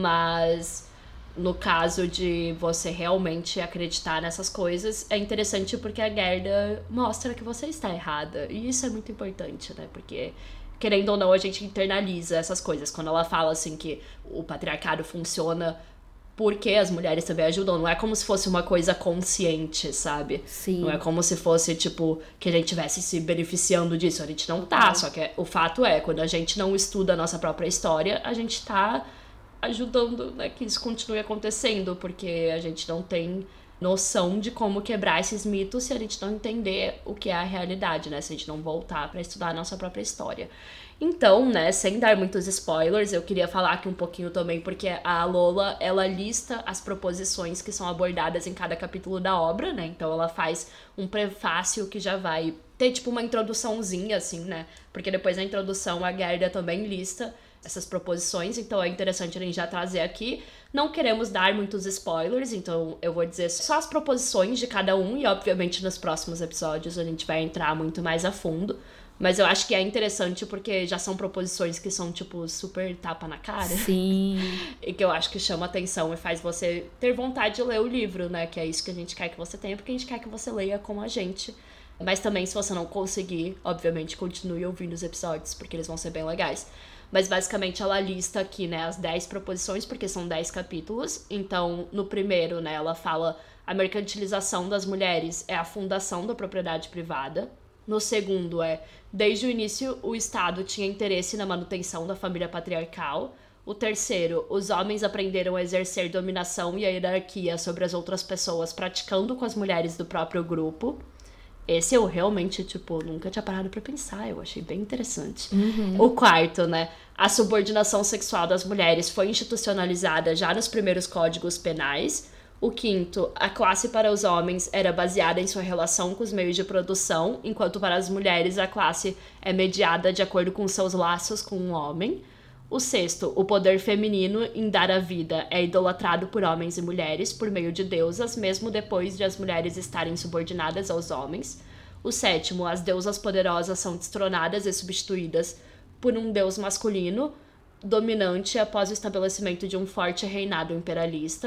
Mas no caso de você realmente acreditar nessas coisas, é interessante porque a Gerda mostra que você está errada. E isso é muito importante, né? Porque, querendo ou não, a gente internaliza essas coisas. Quando ela fala, assim, que o patriarcado funciona porque as mulheres também ajudam, não é como se fosse uma coisa consciente, sabe? Sim. Não é como se fosse, tipo, que a gente estivesse se beneficiando disso. A gente não tá, só que o fato é, quando a gente não estuda a nossa própria história, a gente tá ajudando, né, que isso continue acontecendo, porque a gente não tem noção de como quebrar esses mitos se a gente não entender o que é a realidade, né? Se a gente não voltar pra estudar a nossa própria história. Então, né, sem dar muitos spoilers, eu queria falar aqui um pouquinho também, porque a Lola, ela lista as proposições que são abordadas em cada capítulo da obra, né? Então ela faz um prefácio que já vai ter, tipo, uma introduçãozinha, assim, né? Porque depois na introdução a Gerda também lista essas proposições, então é interessante a gente já trazer aqui. Não queremos dar muitos spoilers, então eu vou dizer só as proposições de cada um, e obviamente nos próximos episódios a gente vai entrar muito mais a fundo. Mas eu acho que é interessante porque já são proposições que são, tipo, super tapa na cara. Sim. E que eu acho que chama atenção e faz você ter vontade de ler o livro, né? Que é isso que a gente quer que você tenha, porque a gente quer que você leia como a gente. Mas também, se você não conseguir, obviamente, continue ouvindo os episódios, porque eles vão ser bem legais. Mas, basicamente, ela lista aqui, né, as 10 proposições, porque são 10 capítulos. Então, no primeiro, né, ela fala a mercantilização das mulheres é a fundação da propriedade privada. No segundo desde o início, o Estado tinha interesse na manutenção da família patriarcal. O terceiro, os homens aprenderam a exercer dominação e a hierarquia sobre as outras pessoas, praticando com as mulheres do próprio grupo. Esse eu realmente, tipo, nunca tinha parado pra pensar, eu achei bem interessante. O quarto, né, a subordinação sexual das mulheres foi institucionalizada já nos primeiros códigos penais. O quinto, a classe para os homens era baseada em sua relação com os meios de produção, enquanto para as mulheres a classe é mediada de acordo com seus laços com um homem. O sexto, o poder feminino em dar a vida é idolatrado por homens e mulheres por meio de deusas, mesmo depois de as mulheres estarem subordinadas aos homens. O sétimo, as deusas poderosas são destronadas e substituídas por um deus masculino dominante após o estabelecimento de um forte reinado imperialista.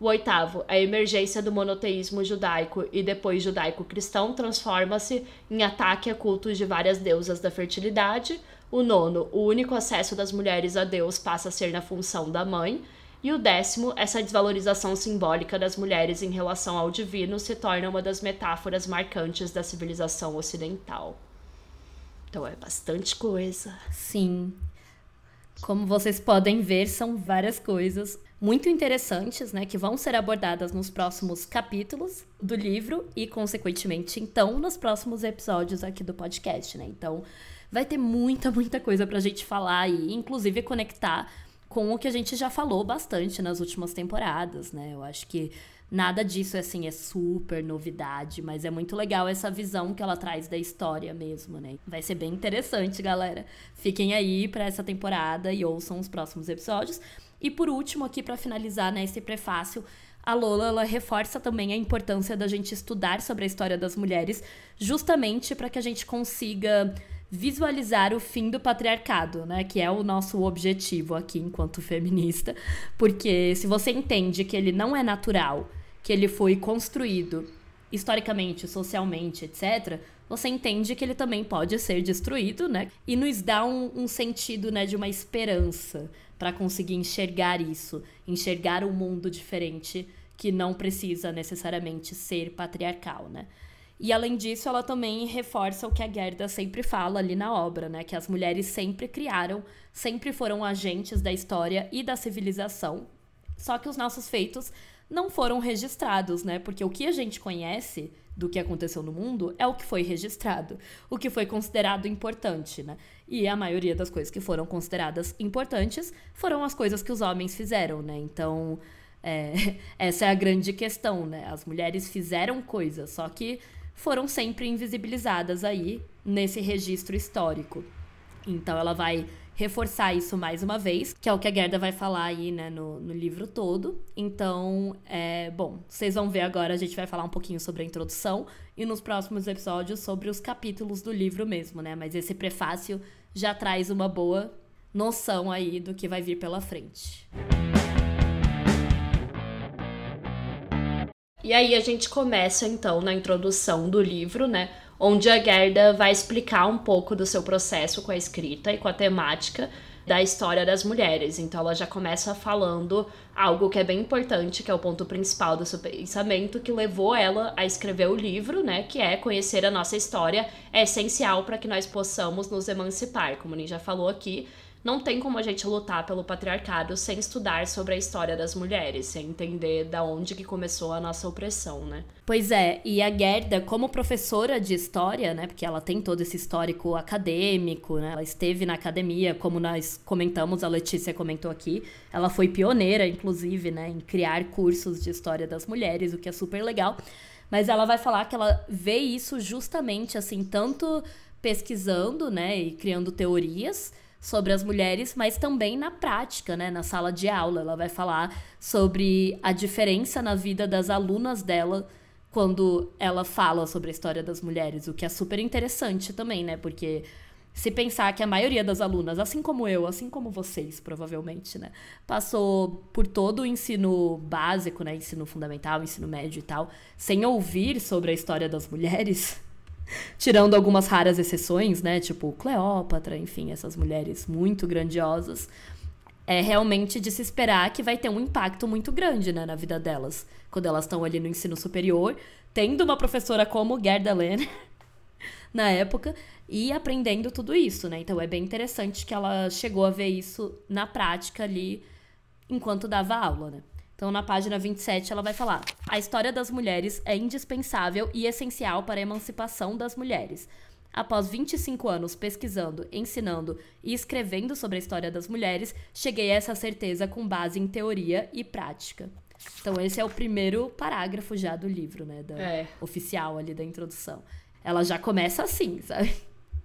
O 8º, a emergência do monoteísmo judaico e depois judaico-cristão transforma-se em ataque a cultos de várias deusas da fertilidade. O 9º, o único acesso das mulheres a Deus passa a ser na função da mãe. E o 10º, essa desvalorização simbólica das mulheres em relação ao divino se torna uma das metáforas marcantes da civilização ocidental. Então é bastante coisa. Sim. Como vocês podem ver, são várias coisas muito interessantes, né, que vão ser abordadas nos próximos capítulos do livro e, consequentemente, então, nos próximos episódios aqui do podcast, né? Então, vai ter muita coisa pra gente falar e, inclusive, conectar com o que a gente já falou bastante nas últimas temporadas, né? Eu acho que nada disso, assim, é super novidade, mas é muito legal essa visão que ela traz da história mesmo, né? Vai ser bem interessante, galera. Fiquem aí pra essa temporada e ouçam os próximos episódios. E por último, aqui pra finalizar, né, esse prefácio, a Lola, ela reforça também a importância da gente estudar sobre a história das mulheres, justamente para que a gente consiga visualizar o fim do patriarcado, né? Que é o nosso objetivo aqui enquanto feminista. Porque se você entende que ele não é natural, que ele foi construído historicamente, socialmente, etc., você entende que ele também pode ser destruído, né? E nos dá um sentido, né, de uma esperança para conseguir enxergar isso, enxergar um mundo diferente que não precisa necessariamente ser patriarcal, né? E, além disso, ela também reforça o que a Gerda sempre fala ali na obra, né? Que as mulheres sempre criaram, sempre foram agentes da história e da civilização. Só que os nossos feitos não foram registrados, né? Porque o que a gente conhece do que aconteceu no mundo é o que foi registrado, o que foi considerado importante, né? E a maioria das coisas que foram consideradas importantes foram as coisas que os homens fizeram, né? Então, essa é a grande questão, né? As mulheres fizeram coisas, só que foram sempre invisibilizadas aí nesse registro histórico. Então ela vai reforçar isso mais uma vez, que é o que a Gerda vai falar aí, né, no livro todo. Então, bom, vocês vão ver agora, a gente vai falar um pouquinho sobre a introdução e nos próximos episódios sobre os capítulos do livro mesmo, né? Mas esse prefácio já traz uma boa noção aí do que vai vir pela frente. E aí a gente começa, então, na introdução do livro, né? Onde a Gerda vai explicar um pouco do seu processo com a escrita e com a temática da história das mulheres. Então ela já começa falando algo que é bem importante, que é o ponto principal do seu pensamento, que levou ela a escrever o livro, né? Que é conhecer a nossa história, é essencial para que nós possamos nos emancipar. Como a gente já falou aqui, não tem como a gente lutar pelo patriarcado sem estudar sobre a história das mulheres, sem entender da onde que começou a nossa opressão, né? Pois é, e a Gerda, como professora de história, né, porque ela tem todo esse histórico acadêmico, né, ela esteve na academia, como nós comentamos, a Letícia comentou aqui, ela foi pioneira, inclusive, né, em criar cursos de história das mulheres, o que é super legal, mas ela vai falar que ela vê isso justamente, assim, tanto pesquisando, né, e criando teorias sobre as mulheres, mas também na prática, né, na sala de aula. Ela vai falar sobre a diferença na vida das alunas dela quando ela fala sobre a história das mulheres, o que é super interessante também, né, porque se pensar que a maioria das alunas, assim como eu, assim como vocês, provavelmente, né, passou por todo o ensino básico, né, ensino fundamental, ensino médio e tal, sem ouvir sobre a história das mulheres, tirando algumas raras exceções, né, tipo Cleópatra, enfim, essas mulheres muito grandiosas, é realmente de se esperar que vai ter um impacto muito grande, né, na vida delas, quando elas estão ali no ensino superior, tendo uma professora como Gerda Lerner, na época, e aprendendo tudo isso, né, então é bem interessante que ela chegou a ver isso na prática ali, enquanto dava aula, né. Então, na página 27, ela vai falar: a história das mulheres é indispensável e essencial para a emancipação das mulheres. Após 25 anos pesquisando, ensinando e escrevendo sobre a história das mulheres, cheguei a essa certeza com base em teoria e prática. Então, esse é o primeiro parágrafo já do livro, né? Oficial ali da introdução. Ela já começa assim, sabe?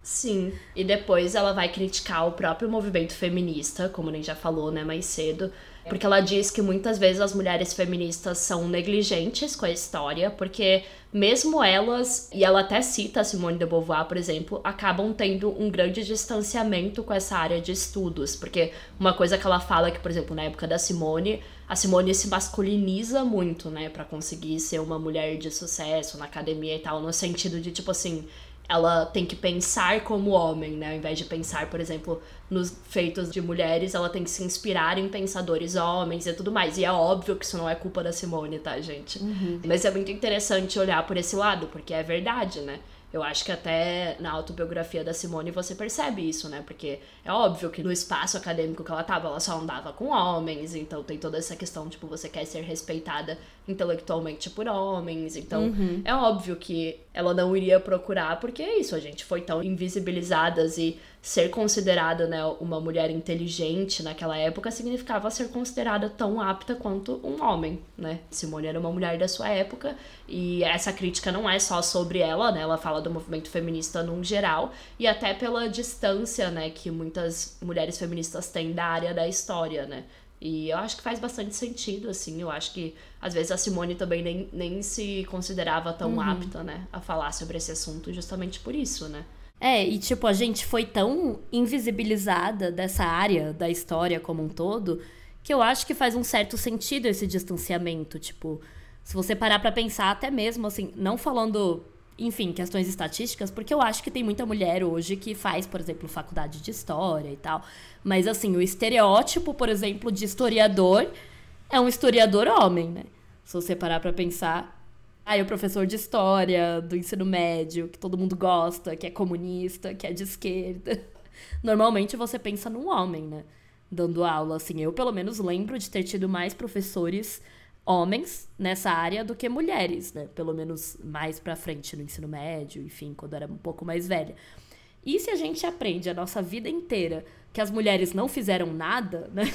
Sim, e depois ela vai criticar o próprio movimento feminista, como a gente já falou, né, mais cedo, porque ela diz que muitas vezes as mulheres feministas são negligentes com a história, porque mesmo elas, e ela até cita a Simone de Beauvoir, por exemplo, acabam tendo um grande distanciamento com essa área de estudos, porque uma coisa que ela fala é que, por exemplo, na época da Simone, a Simone se masculiniza muito, né, pra conseguir ser uma mulher de sucesso na academia e tal, no sentido de, tipo assim, ela tem que pensar como homem, né? Ao invés de pensar, por exemplo, nos feitos de mulheres, ela tem que se inspirar em pensadores homens e tudo mais. E é óbvio que isso não é culpa da Simone, tá, gente? Mas é muito interessante olhar por esse lado, porque é verdade, né? Eu acho que até na autobiografia da Simone você percebe isso, né? Porque é óbvio que no espaço acadêmico que ela tava, ela só andava com homens, então tem toda essa questão, tipo, você quer ser respeitada intelectualmente por homens, então é óbvio que ela não iria procurar, porque é isso, a gente foi tão invisibilizadas e ser considerada, né, uma mulher inteligente naquela época significava ser considerada tão apta quanto um homem, né? Simone era uma mulher da sua época e essa crítica não é só sobre ela, né? Ela fala do movimento feminista num geral e até pela distância, né, que muitas mulheres feministas têm da área da história, né? E eu acho que faz bastante sentido, assim. Eu acho que, às vezes, a Simone também nem se considerava tão apta, né, a falar sobre esse assunto justamente por isso, né? E tipo, a gente foi tão invisibilizada dessa área da história como um todo, que eu acho que faz um certo sentido esse distanciamento, tipo, se você parar pra pensar até mesmo, assim, não falando, enfim, questões estatísticas, porque eu acho que tem muita mulher hoje que faz, por exemplo, faculdade de história e tal, mas assim, o estereótipo, por exemplo, de historiador é um historiador homem, né? Se você parar pra pensar, o professor de história do ensino médio, que todo mundo gosta, que é comunista, que é de esquerda. Normalmente você pensa num homem, né? Dando aula, assim. Eu, pelo menos, lembro de ter tido mais professores homens nessa área do que mulheres, né? Pelo menos mais pra frente no ensino médio, enfim, quando eu era um pouco mais velha. E se a gente aprende a nossa vida inteira que as mulheres não fizeram nada, né?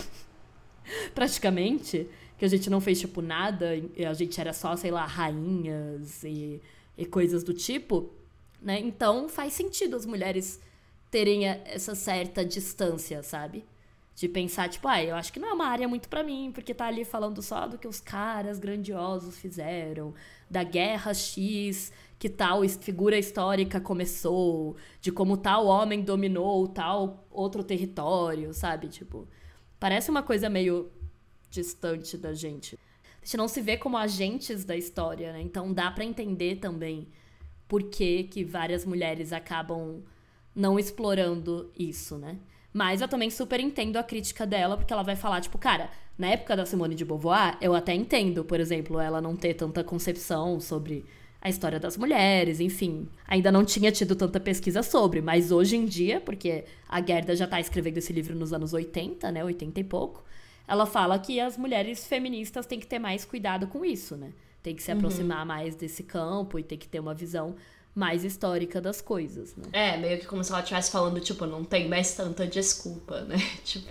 Praticamente, que a gente não fez, tipo, nada, a gente era só, sei lá, rainhas e coisas do tipo, né? Então faz sentido as mulheres terem essa certa distância, sabe? De pensar, tipo, eu acho que não é uma área muito pra mim, porque tá ali falando só do que os caras grandiosos fizeram, da guerra X, que tal figura histórica começou, de como tal homem dominou tal outro território, sabe? Tipo, parece uma coisa meio distante da gente. A gente não se vê como agentes da história, né? Então dá pra entender também por que várias mulheres acabam não explorando isso, né? Mas eu também super entendo a crítica dela, porque ela vai falar, tipo, cara, na época da Simone de Beauvoir, eu até entendo, por exemplo, ela não ter tanta concepção sobre a história das mulheres, enfim. Ainda não tinha tido tanta pesquisa sobre, mas hoje em dia, porque a Gerda já tá escrevendo esse livro nos anos 80, né, 80 e pouco, ela fala que as mulheres feministas têm que ter mais cuidado com isso, né? Tem que se aproximar mais desse campo e tem que ter uma visão mais histórica das coisas, né? Meio que como se ela estivesse falando, tipo, não tem mais tanta desculpa, né? Tipo,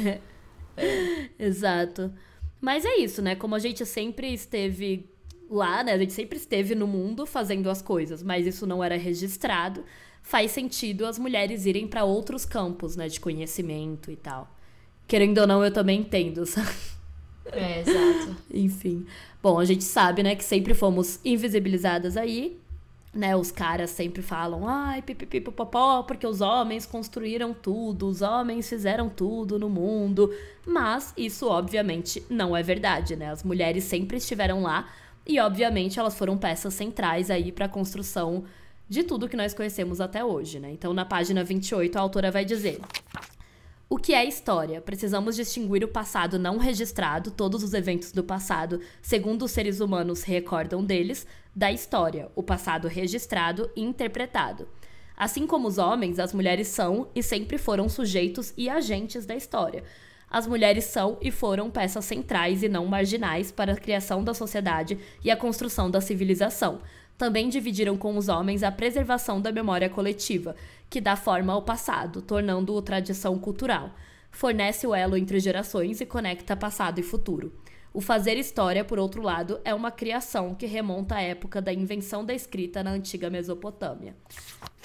Exato. Mas é isso, né? Como a gente sempre esteve lá, né? A gente sempre esteve no mundo fazendo as coisas, mas isso não era registrado. Faz sentido as mulheres irem para outros campos, né? De conhecimento e tal. Querendo ou não, eu também entendo, sabe? Exato. Enfim. Bom, a gente sabe, né, que sempre fomos invisibilizadas aí, né? Os caras sempre falam, pipipipopopó, porque os homens construíram tudo, os homens fizeram tudo no mundo. Mas isso, obviamente, não é verdade, né? As mulheres sempre estiveram lá e, obviamente, elas foram peças centrais aí para a construção de tudo que nós conhecemos até hoje, né? Então, na página 28, a autora vai dizer: o que é história? Precisamos distinguir o passado não registrado, todos os eventos do passado, segundo os seres humanos recordam deles, da história, o passado registrado e interpretado. Assim como os homens, as mulheres são e sempre foram sujeitos e agentes da história. As mulheres são e foram peças centrais e não marginais para a criação da sociedade e a construção da civilização. Também dividiram com os homens a preservação da memória coletiva, que dá forma ao passado, tornando-o tradição cultural. Fornece o elo entre gerações e conecta passado e futuro. O fazer história, por outro lado, é uma criação que remonta à época da invenção da escrita na antiga Mesopotâmia.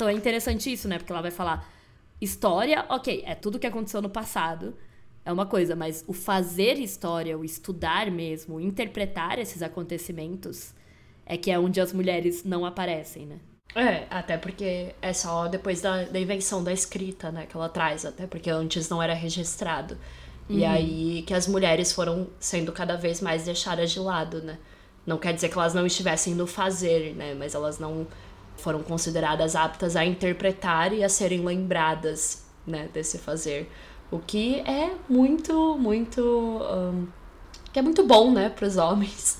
Então é interessante isso, né? Porque ela vai falar, história, ok, é tudo que aconteceu no passado, é uma coisa, mas o fazer história, o estudar mesmo, o interpretar esses acontecimentos, é que é onde as mulheres não aparecem, né? Até porque é só depois da invenção da escrita, né, que ela traz, até porque antes não era registrado. E aí que as mulheres foram sendo cada vez mais deixadas de lado, né? Não quer dizer que elas não estivessem no fazer, né, mas elas não foram consideradas aptas a interpretar e a serem lembradas, né, desse fazer. O que é muito, muito... que é muito bom, né, pros homens.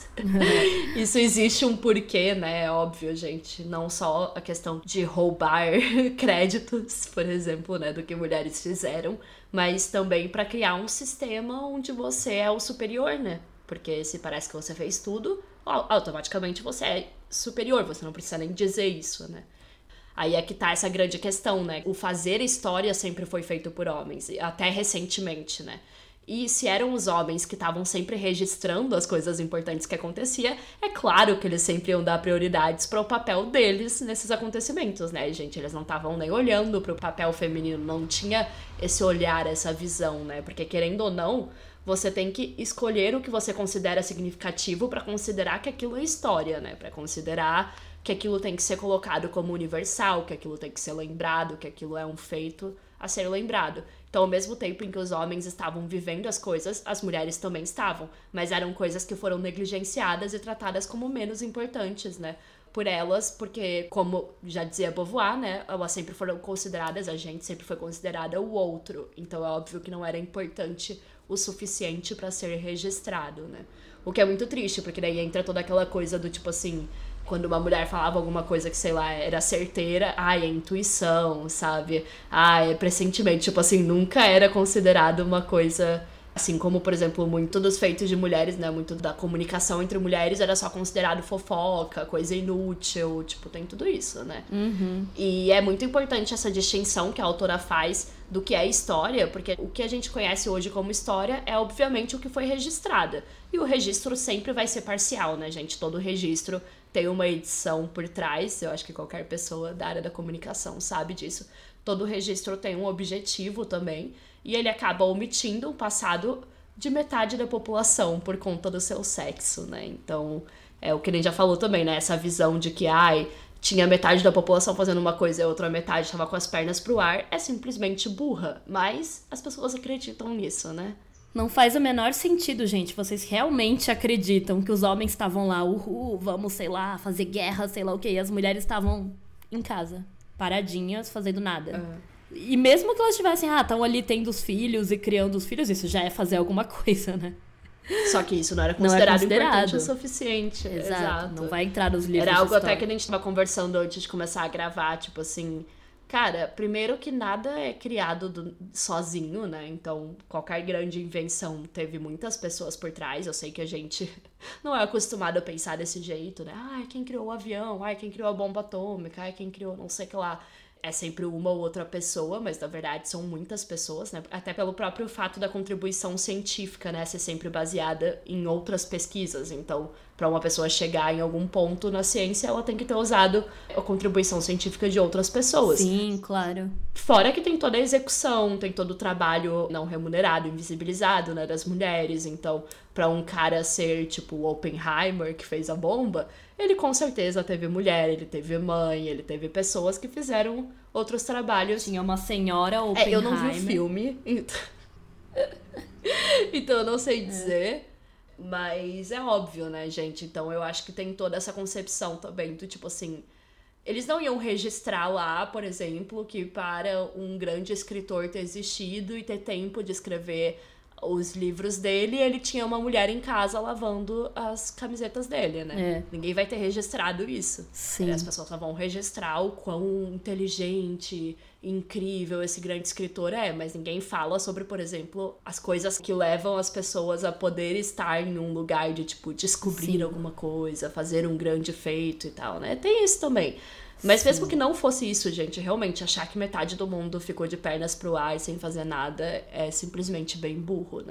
Isso existe um porquê, né, é óbvio, gente. Não só a questão de roubar créditos, por exemplo, né, do que mulheres fizeram, mas também para criar um sistema onde você é o superior, né? Porque se parece que você fez tudo, automaticamente você é superior, você não precisa nem dizer isso, né? Aí é que tá essa grande questão, né? O fazer história sempre foi feito por homens, até recentemente, né? E se eram os homens que estavam sempre registrando as coisas importantes que acontecia, é claro que eles sempre iam dar prioridades para o papel deles nesses acontecimentos, né, gente? Eles não estavam nem olhando para o papel feminino, não tinha esse olhar, essa visão, né? Porque querendo ou não, você tem que escolher o que você considera significativo para considerar que aquilo é história, né? Para considerar que aquilo tem que ser colocado como universal, que aquilo tem que ser lembrado, que aquilo é um feito a ser lembrado. Então, ao mesmo tempo em que os homens estavam vivendo as coisas, as mulheres também estavam. Mas eram coisas que foram negligenciadas e tratadas como menos importantes, né? Por elas, porque, como já dizia Beauvoir, né? Elas sempre foram consideradas, a gente sempre foi considerada o outro. Então, é óbvio que não era importante o suficiente para ser registrado, né? O que é muito triste, porque daí entra toda aquela coisa do tipo assim... Quando uma mulher falava alguma coisa que, sei lá, era certeira, é intuição, sabe? É pressentimento. Tipo assim, nunca era considerado uma coisa... Assim como, por exemplo, muito dos feitos de mulheres, né? Muito da comunicação entre mulheres era só considerado fofoca, coisa inútil. Tipo, tem tudo isso, né? E é muito importante essa distinção que a autora faz do que é história, porque o que a gente conhece hoje como história é, obviamente, o que foi registrado. E o registro sempre vai ser parcial, né, gente? Todo registro tem uma edição por trás, eu acho que qualquer pessoa da área da comunicação sabe disso. Todo registro tem um objetivo também, e ele acaba omitindo o passado de metade da população por conta do seu sexo, né? Então, é o que a gente já falou também, né? Essa visão de que, tinha metade da população fazendo uma coisa e a outra metade estava com as pernas pro ar, é simplesmente burra. Mas as pessoas acreditam nisso, né? Não faz o menor sentido, gente. Vocês realmente acreditam que os homens estavam lá, vamos, sei lá, fazer guerra, sei lá o quê, e as mulheres estavam em casa, paradinhas, fazendo nada. E mesmo que elas estivessem, estão ali tendo os filhos e criando os filhos, isso já é fazer alguma coisa, né? Só que isso não era considerado importante o suficiente. Exato. Não vai entrar nos livros. Era algo até que a gente tava conversando antes de começar a gravar, tipo assim... Cara, primeiro que nada é criado sozinho, né? Então, qualquer grande invenção teve muitas pessoas por trás. Eu sei que a gente não é acostumado a pensar desse jeito, né? Quem criou o avião? Quem criou a bomba atômica? Quem criou não sei o que lá. É sempre uma ou outra pessoa, mas na verdade são muitas pessoas, né? Até pelo próprio fato da contribuição científica, né? Ser sempre baseada em outras pesquisas. Então, para uma pessoa chegar em algum ponto na ciência, ela tem que ter usado a contribuição científica de outras pessoas. Sim, claro. Fora que tem toda a execução, tem todo o trabalho não remunerado, invisibilizado, né, das mulheres. Então, para um cara ser tipo o Oppenheimer, que fez a bomba, ele com certeza teve mulher, ele teve mãe, ele teve pessoas que fizeram outros trabalhos. Tinha uma senhora Oppenheimer. Eu não vi o filme, então eu não sei dizer. Mas é óbvio, né, gente? Então eu acho que tem toda essa concepção também do tipo assim... Eles não iam registrar lá, por exemplo, que para um grande escritor ter existido e ter tempo de escrever os livros dele, ele tinha uma mulher em casa lavando as camisetas dele, né? Ninguém vai ter registrado isso. Sim. As pessoas só vão registrar o quão inteligente, incrível esse grande escritor é, mas ninguém fala sobre, por exemplo, as coisas que levam as pessoas a poder estar em um lugar de, tipo, descobrir alguma coisa, fazer um grande feito e tal, né? Tem isso também. Mas mesmo que não fosse isso, gente, realmente achar que metade do mundo ficou de pernas pro ar sem fazer nada é simplesmente bem burro, né?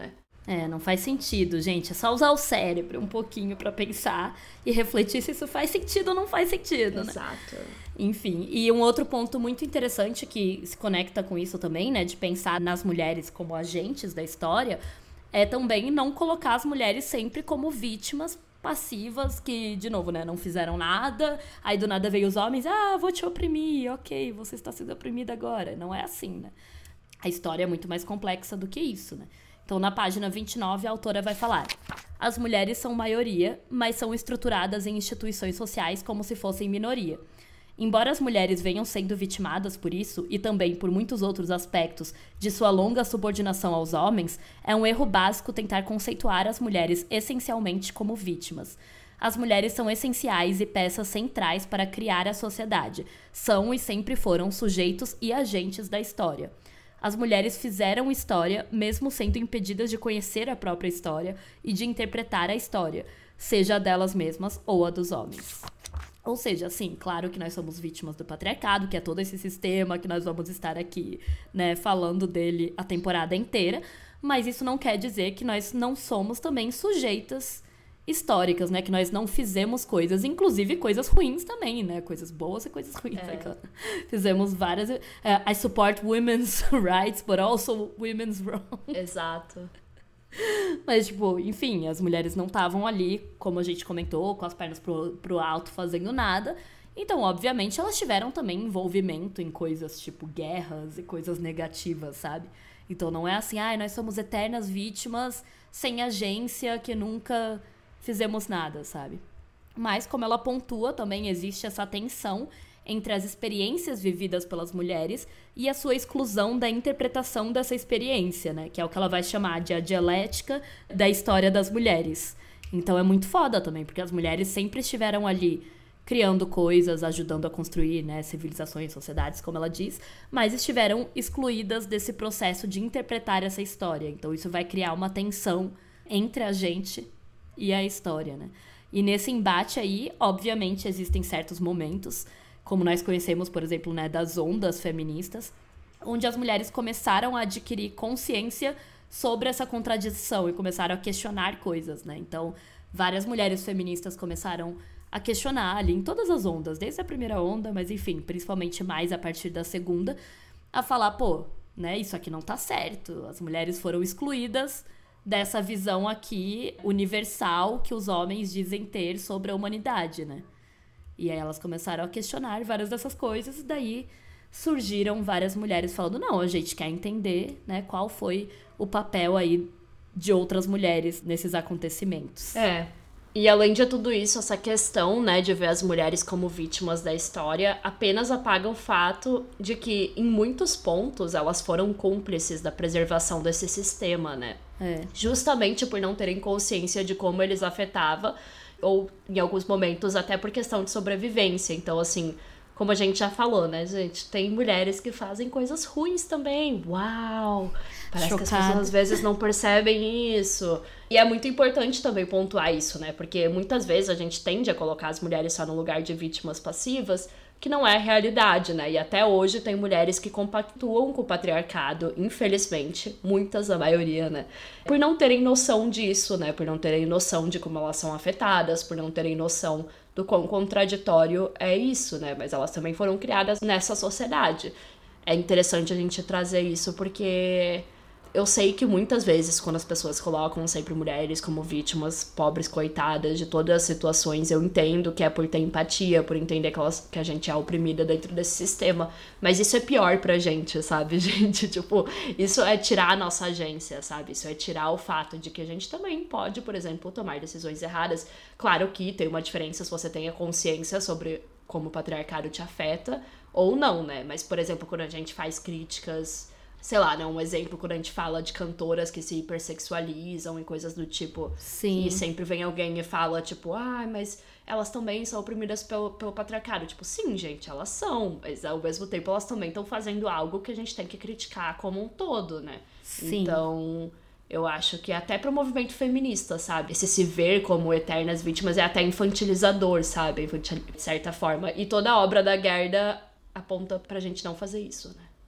Não faz sentido, gente. É só usar o cérebro um pouquinho pra pensar e refletir se isso faz sentido ou não faz sentido, né? Exato. Enfim, e um outro ponto muito interessante que se conecta com isso também, né, de pensar nas mulheres como agentes da história, é também não colocar as mulheres sempre como vítimas passivas que, de novo, né, não fizeram nada, aí do nada veio os homens, vou te oprimir, ok, você está sendo oprimida agora. Não é assim, né? A história é muito mais complexa do que isso, né? Então, na página 29, a autora vai falar: as mulheres são maioria, mas são estruturadas em instituições sociais como se fossem minoria. Embora as mulheres venham sendo vitimadas por isso, e também por muitos outros aspectos de sua longa subordinação aos homens, é um erro básico tentar conceituar as mulheres essencialmente como vítimas. As mulheres são essenciais e peças centrais para criar a sociedade. São e sempre foram sujeitos e agentes da história. As mulheres fizeram história, mesmo sendo impedidas de conhecer a própria história e de interpretar a história, seja a delas mesmas ou a dos homens. Ou seja, sim, claro que nós somos vítimas do patriarcado, que é todo esse sistema que nós vamos estar aqui, né, falando dele a temporada inteira, mas isso não quer dizer que nós não somos também sujeitas históricas, né, que nós não fizemos coisas, inclusive coisas ruins também, né, coisas boas e coisas ruins. Fizemos várias... I support women's rights, but also women's wrongs. Exato. Mas, tipo, enfim, as mulheres não estavam ali, como a gente comentou, com as pernas pro alto, fazendo nada. Então, obviamente, elas tiveram também envolvimento em coisas tipo guerras e coisas negativas, sabe? Então, não é assim, nós somos eternas vítimas sem agência que nunca fizemos nada, sabe? Mas, como ela pontua, também existe essa tensão entre as experiências vividas pelas mulheres e a sua exclusão da interpretação dessa experiência, né? Que é o que ela vai chamar de a dialética da história das mulheres. Então é muito foda também, porque as mulheres sempre estiveram ali criando coisas, ajudando a construir, né, civilizações, sociedades, como ela diz, mas estiveram excluídas desse processo de interpretar essa história. Então isso vai criar uma tensão entre a gente e a história, né? E nesse embate aí, obviamente, existem certos momentos, como nós conhecemos, por exemplo, né, das ondas feministas, onde as mulheres começaram a adquirir consciência sobre essa contradição e começaram a questionar coisas, né? Então, várias mulheres feministas começaram a questionar ali em todas as ondas, desde a primeira onda, mas enfim, principalmente mais a partir da segunda, a falar, né, isso aqui não tá certo, as mulheres foram excluídas dessa visão aqui universal que os homens dizem ter sobre a humanidade, né? E aí elas começaram a questionar várias dessas coisas, e daí surgiram várias mulheres falando, não, a gente quer entender, né, qual foi o papel aí de outras mulheres nesses acontecimentos. E além de tudo isso, essa questão, né, de ver as mulheres como vítimas da história apenas apaga o fato de que, em muitos pontos, elas foram cúmplices da preservação desse sistema, né? Justamente por não terem consciência de como eles afetavam, ou em alguns momentos até por questão de sobrevivência. Então, assim, como a gente já falou, né, gente? Tem mulheres que fazem coisas ruins também. Uau! Parece Chocada. Que as pessoas às vezes não percebem isso. E é muito importante também pontuar isso, né? Porque muitas vezes a gente tende a colocar as mulheres só no lugar de vítimas passivas, que não é a realidade, né? E até hoje tem mulheres que compactuam com o patriarcado, infelizmente, muitas, a maioria, né? Por não terem noção disso, né? Por não terem noção de como elas são afetadas, por não terem noção do quão contraditório é isso, né? Mas elas também foram criadas nessa sociedade. É interessante a gente trazer isso porque eu sei que muitas vezes quando as pessoas colocam sempre mulheres como vítimas, pobres coitadas de todas as situações, eu entendo que é por ter empatia, por entender que a gente é oprimida dentro desse sistema, mas isso é pior pra gente, sabe, gente? Tipo, isso é tirar a nossa agência, sabe? Isso é tirar o fato de que a gente também pode, por exemplo, tomar decisões erradas. Claro que tem uma diferença se você tem a consciência sobre como o patriarcado te afeta ou não, né? Mas, por exemplo, quando a gente faz críticas, sei lá, né, um exemplo quando a gente fala de cantoras que se hipersexualizam e coisas do tipo. Sim. E sempre vem alguém e fala, tipo, mas elas também são oprimidas pelo patriarcado. Tipo, sim, gente, elas são, mas ao mesmo tempo elas também estão fazendo algo que a gente tem que criticar como um todo, né? Sim. Então, eu acho que até pro movimento feminista, sabe? Esse se ver como eternas vítimas é até infantilizador, sabe? De certa forma. E toda a obra da Gerda aponta pra gente não fazer isso, né?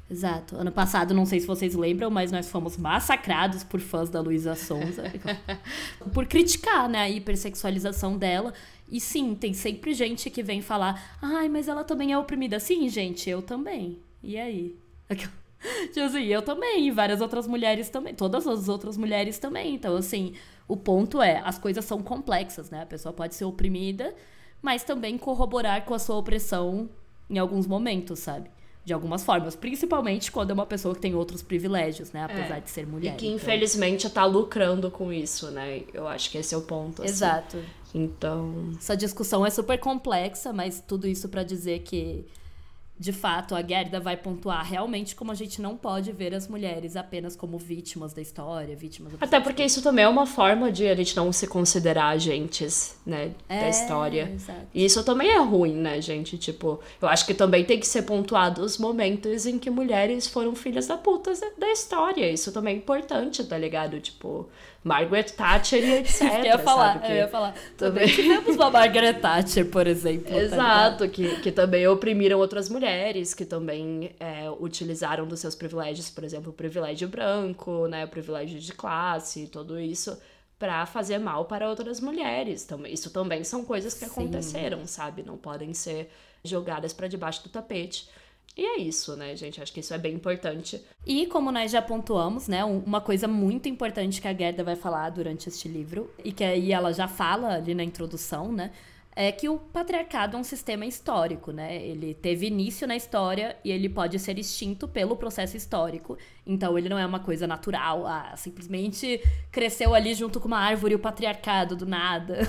Exato. Ano passado, não sei se vocês lembram, mas nós fomos massacrados por fãs da Luísa Sonza por criticar, né, a hipersexualização dela. E sim, tem sempre gente que vem falar, ai, mas ela também é oprimida. Sim, gente, eu também. E aí? Tipo assim, eu também, e várias outras mulheres também, todas as outras mulheres também. Então, assim, o ponto é, as coisas são complexas, né? A pessoa pode ser oprimida, mas também corroborar com a sua opressão em alguns momentos, sabe? De algumas formas, principalmente quando é uma pessoa que tem outros privilégios, né? Apesar de ser mulher. E que, infelizmente, tá lucrando com isso, né? Eu acho que esse é o ponto, assim. Exato. Então... Essa discussão é super complexa, mas tudo isso pra dizer que, de fato, a Gerda vai pontuar realmente como a gente não pode ver as mulheres apenas como vítimas da história, vítimas do... Até porque isso também é uma forma de a gente não se considerar agentes, né, da história. Exato. E isso também é ruim, né, gente? Tipo, eu acho que também tem que ser pontuado os momentos em que mulheres foram filhas da puta da história. Isso também é importante, tá ligado? Tipo, Margaret Thatcher e etc. Eu ia falar. Também tivemos uma Margaret Thatcher, por exemplo. Exato, que também oprimiram outras mulheres, que também utilizaram dos seus privilégios, por exemplo, o privilégio branco, né, o privilégio de classe, tudo isso, pra fazer mal para outras mulheres. Isso também são coisas que aconteceram, sabe? Não podem ser jogadas pra debaixo do tapete. E é isso, né, gente? Acho que isso é bem importante. E como nós já pontuamos, né, uma coisa muito importante que a Gerda vai falar durante este livro, e que aí ela já fala ali na introdução, né, é que o patriarcado é um sistema histórico, né? Ele teve início na história e ele pode ser extinto pelo processo histórico. Então ele não é uma coisa natural, simplesmente cresceu ali junto com uma árvore o patriarcado do nada.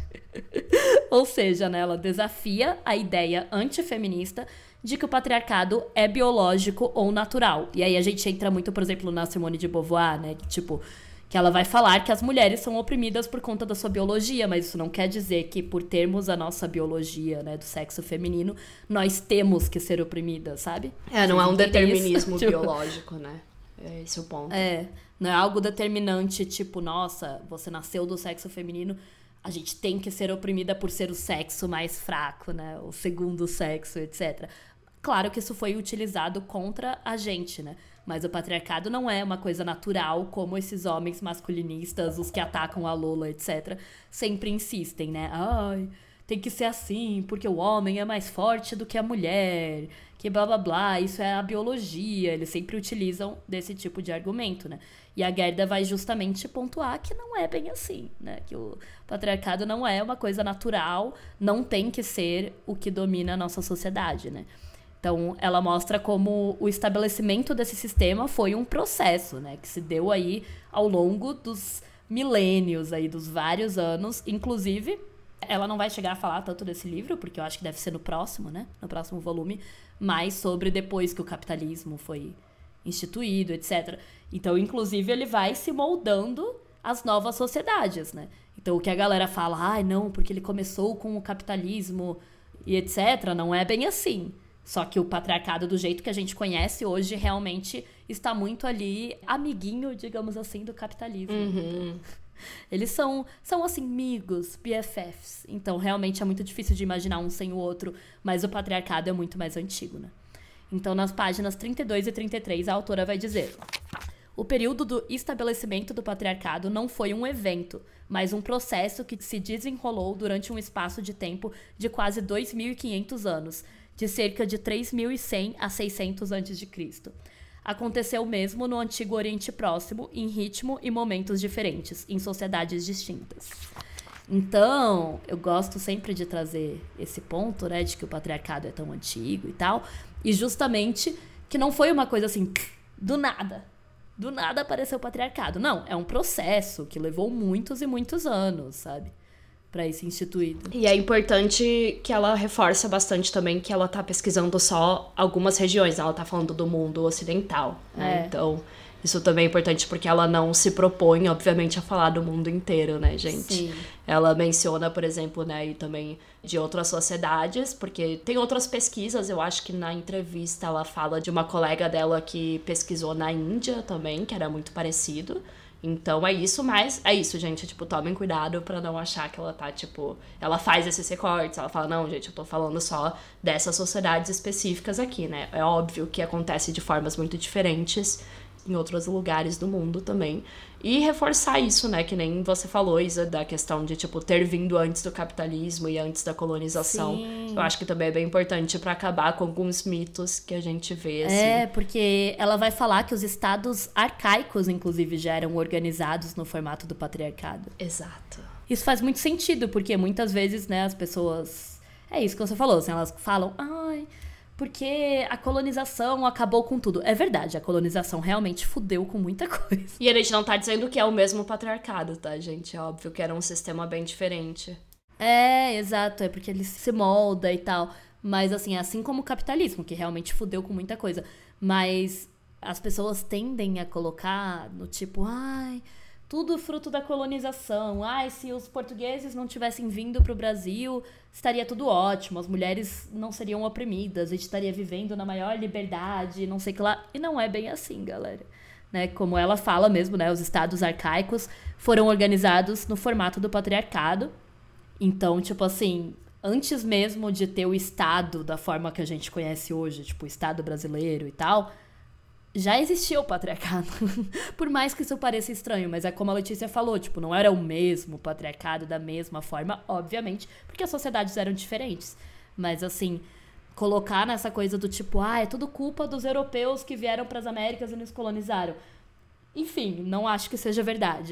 Ou seja, né, ela desafia a ideia antifeminista de que o patriarcado é biológico ou natural. E aí a gente entra muito, por exemplo, na Simone de Beauvoir, né? Que ela vai falar que as mulheres são oprimidas por conta da sua biologia, mas isso não quer dizer que por termos a nossa biologia, né, do sexo feminino, nós temos que ser oprimidas, sabe? Não é um determinismo biológico, né? É esse o ponto. Não é algo determinante, tipo, nossa, você nasceu do sexo feminino, a gente tem que ser oprimida por ser o sexo mais fraco, né? O segundo sexo, etc. Claro que isso foi utilizado contra a gente, né? Mas o patriarcado não é uma coisa natural, como esses homens masculinistas, os que atacam a Lola, etc., sempre insistem, né? Ai, tem que ser assim, porque o homem é mais forte do que a mulher, que blá blá blá, isso é a biologia. Eles sempre utilizam desse tipo de argumento, né? E a Gerda vai justamente pontuar que não é bem assim, né? Que o patriarcado não é uma coisa natural, não tem que ser o que domina a nossa sociedade, né? Então, ela mostra como o estabelecimento desse sistema foi um processo, né? Que se deu aí ao longo dos milênios, aí, dos vários anos. Inclusive, ela não vai chegar a falar tanto desse livro, porque eu acho que deve ser no próximo, né? No próximo volume. Mas sobre depois que o capitalismo foi instituído, etc. Então, inclusive, ele vai se moldando às novas sociedades, né? Então, o que a galera fala, ai, não, porque ele começou com o capitalismo e etc., não é bem assim. Só que o patriarcado, do jeito que a gente conhece hoje, realmente está muito ali, amiguinho, digamos assim, do capitalismo. Uhum. Então, eles são assim, amigos, BFFs. Então, realmente é muito difícil de imaginar um sem o outro, mas o patriarcado é muito mais antigo, né? Então, nas páginas 32 e 33, a autora vai dizer: o período do estabelecimento do patriarcado não foi um evento, mas um processo que se desenrolou durante um espaço de tempo de quase 2.500 anos, de cerca de 3.100 a 600 a.C. Aconteceu mesmo no Antigo Oriente Próximo, em ritmo e momentos diferentes, em sociedades distintas. Então, eu gosto sempre de trazer esse ponto, né, de que o patriarcado é tão antigo e tal, e justamente que não foi uma coisa assim, do nada apareceu o patriarcado. Não, é um processo que levou muitos e muitos anos, sabe? Pra isso instituído. E é importante que ela reforça bastante também que ela tá pesquisando só algumas regiões, ela tá falando do mundo ocidental, né? Então, isso também é importante porque ela não se propõe, obviamente, a falar do mundo inteiro, né, gente? Sim. Ela menciona, por exemplo, né, e também de outras sociedades, porque tem outras pesquisas, eu acho que na entrevista ela fala de uma colega dela que pesquisou na Índia também, que era muito parecido. Então é isso, mas é isso, gente. Tipo, tomem cuidado pra não achar que ela tá, tipo... Ela faz esses recortes, ela fala, não, gente, eu tô falando só dessas sociedades específicas aqui, né? É óbvio que acontece de formas muito diferentes em outros lugares do mundo também. E reforçar isso, né? Que nem você falou, Isa, da questão de, tipo, ter vindo antes do capitalismo e antes da colonização. Sim. Eu acho que também é bem importante pra acabar com alguns mitos que a gente vê, assim. Porque ela vai falar que os estados arcaicos, inclusive, já eram organizados no formato do patriarcado. Exato. Isso faz muito sentido, porque muitas vezes, né, as pessoas... É isso que você falou, assim, elas falam, ai... Porque a colonização acabou com tudo. É verdade, a colonização realmente fudeu com muita coisa. E a gente não tá dizendo que é o mesmo patriarcado, tá, gente? É óbvio que era um sistema bem diferente. Exato. É porque ele se molda e tal. Mas, assim como o capitalismo, que realmente fudeu com muita coisa. Mas as pessoas tendem a colocar no tipo, ai... Tudo fruto da colonização. Ai, se os portugueses não tivessem vindo pro Brasil, estaria tudo ótimo. As mulheres não seriam oprimidas. A gente estaria vivendo na maior liberdade, não sei o que lá. E não é bem assim, galera. Né? Como ela fala mesmo, né? Os estados arcaicos foram organizados no formato do patriarcado. Então, tipo assim... Antes mesmo de ter o Estado da forma que a gente conhece hoje, tipo o Estado brasileiro e tal... Já existia o patriarcado, por mais que isso pareça estranho, mas é como a Letícia falou, tipo, não era o mesmo patriarcado da mesma forma, obviamente, porque as sociedades eram diferentes. Mas, assim, colocar nessa coisa do tipo, é tudo culpa dos europeus que vieram para as Américas e nos colonizaram. Enfim, não acho que seja verdade.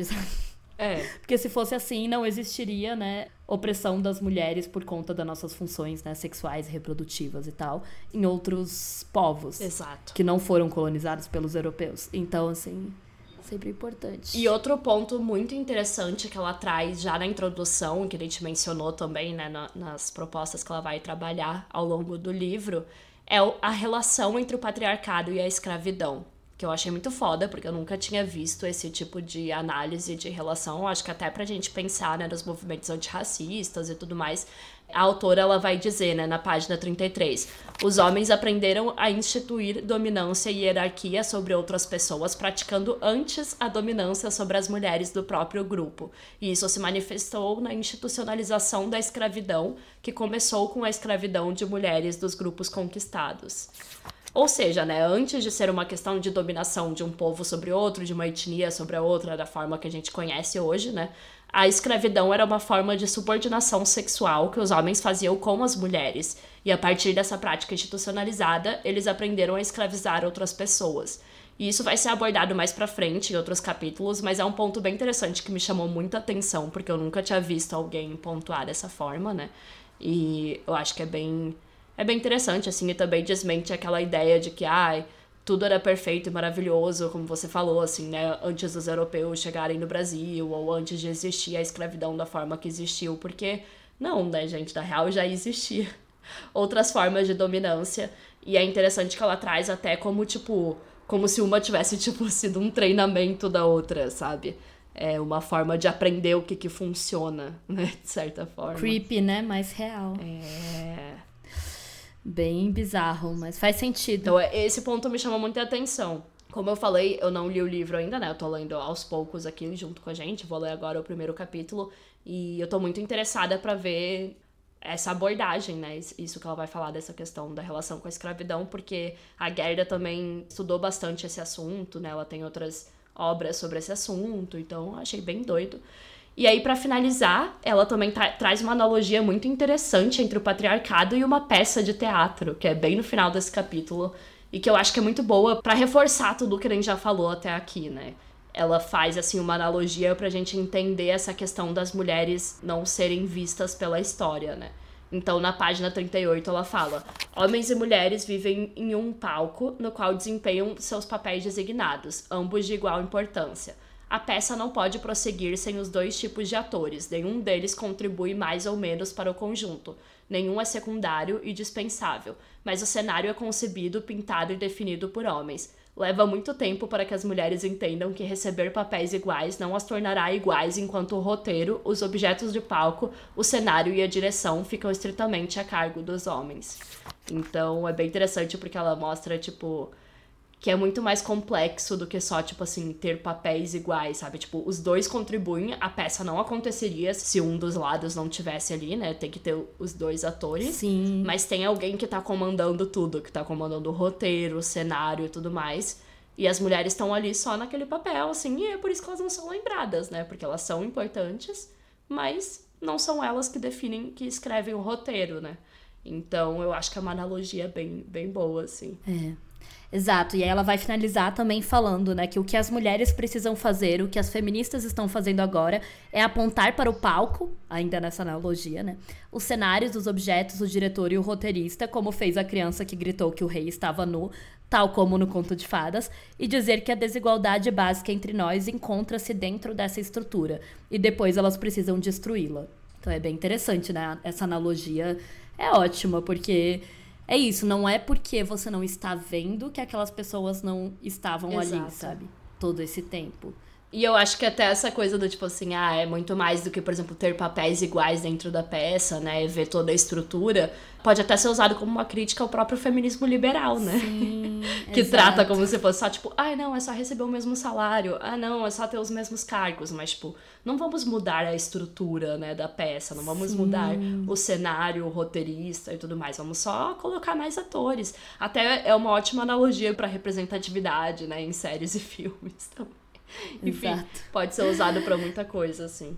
Porque se fosse assim, não existiria, né, opressão das mulheres por conta das nossas funções, né, sexuais, reprodutivas e tal, em outros povos. Exato. Que não foram colonizados pelos europeus. Então, assim, sempre importante. E outro ponto muito interessante que ela traz já na introdução, que a gente mencionou também, né, nas propostas que ela vai trabalhar ao longo do livro, é a relação entre o patriarcado e a escravidão. Que eu achei muito foda, porque eu nunca tinha visto esse tipo de análise de relação. Acho que até pra gente pensar, né, nos movimentos antirracistas e tudo mais. A autora, ela vai dizer, né, na página 33, os homens aprenderam a instituir dominância e hierarquia sobre outras pessoas, praticando antes a dominância sobre as mulheres do próprio grupo. E isso se manifestou na institucionalização da escravidão, que começou com a escravidão de mulheres dos grupos conquistados. Ou seja, né, antes de ser uma questão de dominação de um povo sobre outro, de uma etnia sobre a outra, da forma que a gente conhece hoje, né, a escravidão era uma forma de subordinação sexual que os homens faziam com as mulheres. E a partir dessa prática institucionalizada, eles aprenderam a escravizar outras pessoas. E isso vai ser abordado mais pra frente em outros capítulos, mas é um ponto bem interessante que me chamou muita atenção, porque eu nunca tinha visto alguém pontuar dessa forma, né, e eu acho que é bem interessante, assim, e também desmente aquela ideia de que, tudo era perfeito e maravilhoso, como você falou, assim, né, antes dos europeus chegarem no Brasil, ou antes de existir a escravidão da forma que existiu, porque não, né, gente, na real já existia outras formas de dominância, e é interessante que ela traz até como, tipo, como se uma tivesse, tipo, sido um treinamento da outra, sabe? É uma forma de aprender o que funciona, né, de certa forma. Creepy, né, mais real. Bem bizarro, mas faz sentido. Então, esse ponto me chamou muita atenção. Como eu falei, eu não li o livro ainda, né? Eu tô lendo aos poucos aqui junto com a gente. Vou ler agora o primeiro capítulo. E eu tô muito interessada pra ver essa abordagem, né? Isso que ela vai falar dessa questão da relação com a escravidão, porque a Gerda também estudou bastante esse assunto, né? Ela tem outras obras sobre esse assunto, então achei bem doido. E aí, pra finalizar, ela também traz uma analogia muito interessante entre o patriarcado e uma peça de teatro, que é bem no final desse capítulo, e que eu acho que é muito boa pra reforçar tudo que a gente já falou até aqui, né? Ela faz, assim, uma analogia pra gente entender essa questão das mulheres não serem vistas pela história, né? Então, na página 38, ela fala: homens e mulheres vivem em um palco no qual desempenham seus papéis designados, ambos de igual importância. A peça não pode prosseguir sem os dois tipos de atores, nenhum deles contribui mais ou menos para o conjunto, nenhum é secundário e dispensável, mas o cenário é concebido, pintado e definido por homens. Leva muito tempo para que as mulheres entendam que receber papéis iguais não as tornará iguais, enquanto o roteiro, os objetos de palco, o cenário e a direção ficam estritamente a cargo dos homens. Então é bem interessante porque ela mostra, tipo, que é muito mais complexo do que só, tipo assim, ter papéis iguais, sabe? Tipo, os dois contribuem, a peça não aconteceria se um dos lados não tivesse ali, né? Tem que ter os dois atores. Sim. Mas tem alguém que tá comandando tudo, que tá comandando o roteiro, o cenário e tudo mais. E as mulheres estão ali só naquele papel, assim, e é por isso que elas não são lembradas, né? Porque elas são importantes, mas não são elas que definem, que escrevem o roteiro, né? Então, eu acho que é uma analogia bem boa, assim. Exato, e aí ela vai finalizar também falando, né, que o que as mulheres precisam fazer, o que as feministas estão fazendo agora, é apontar para o palco, ainda nessa analogia, né, os cenários, os objetos, o diretor e o roteirista, como fez a criança que gritou que o rei estava nu, tal como no Conto de Fadas, e dizer que a desigualdade básica entre nós encontra-se dentro dessa estrutura, e depois elas precisam destruí-la. Então é bem interessante, né, essa analogia é ótima, porque... É isso, não é porque você não está vendo que aquelas pessoas não estavam ali, sabe? Todo esse tempo. E eu acho que até essa coisa do tipo assim, é muito mais do que, por exemplo, ter papéis iguais dentro da peça, né? Ver toda a estrutura. Pode até ser usado como uma crítica ao próprio feminismo liberal, né? Sim, que exato. trata como se fosse só, tipo, não, é só receber o mesmo salário. Não, é só ter os mesmos cargos. Mas, tipo, não vamos mudar a estrutura, né, da peça. Não vamos mudar o cenário, o roteirista e tudo mais. Vamos só colocar mais atores. Até é uma ótima analogia pra representatividade, né, em séries e filmes também. Enfim, Exato. pode ser usado pra muita coisa, assim.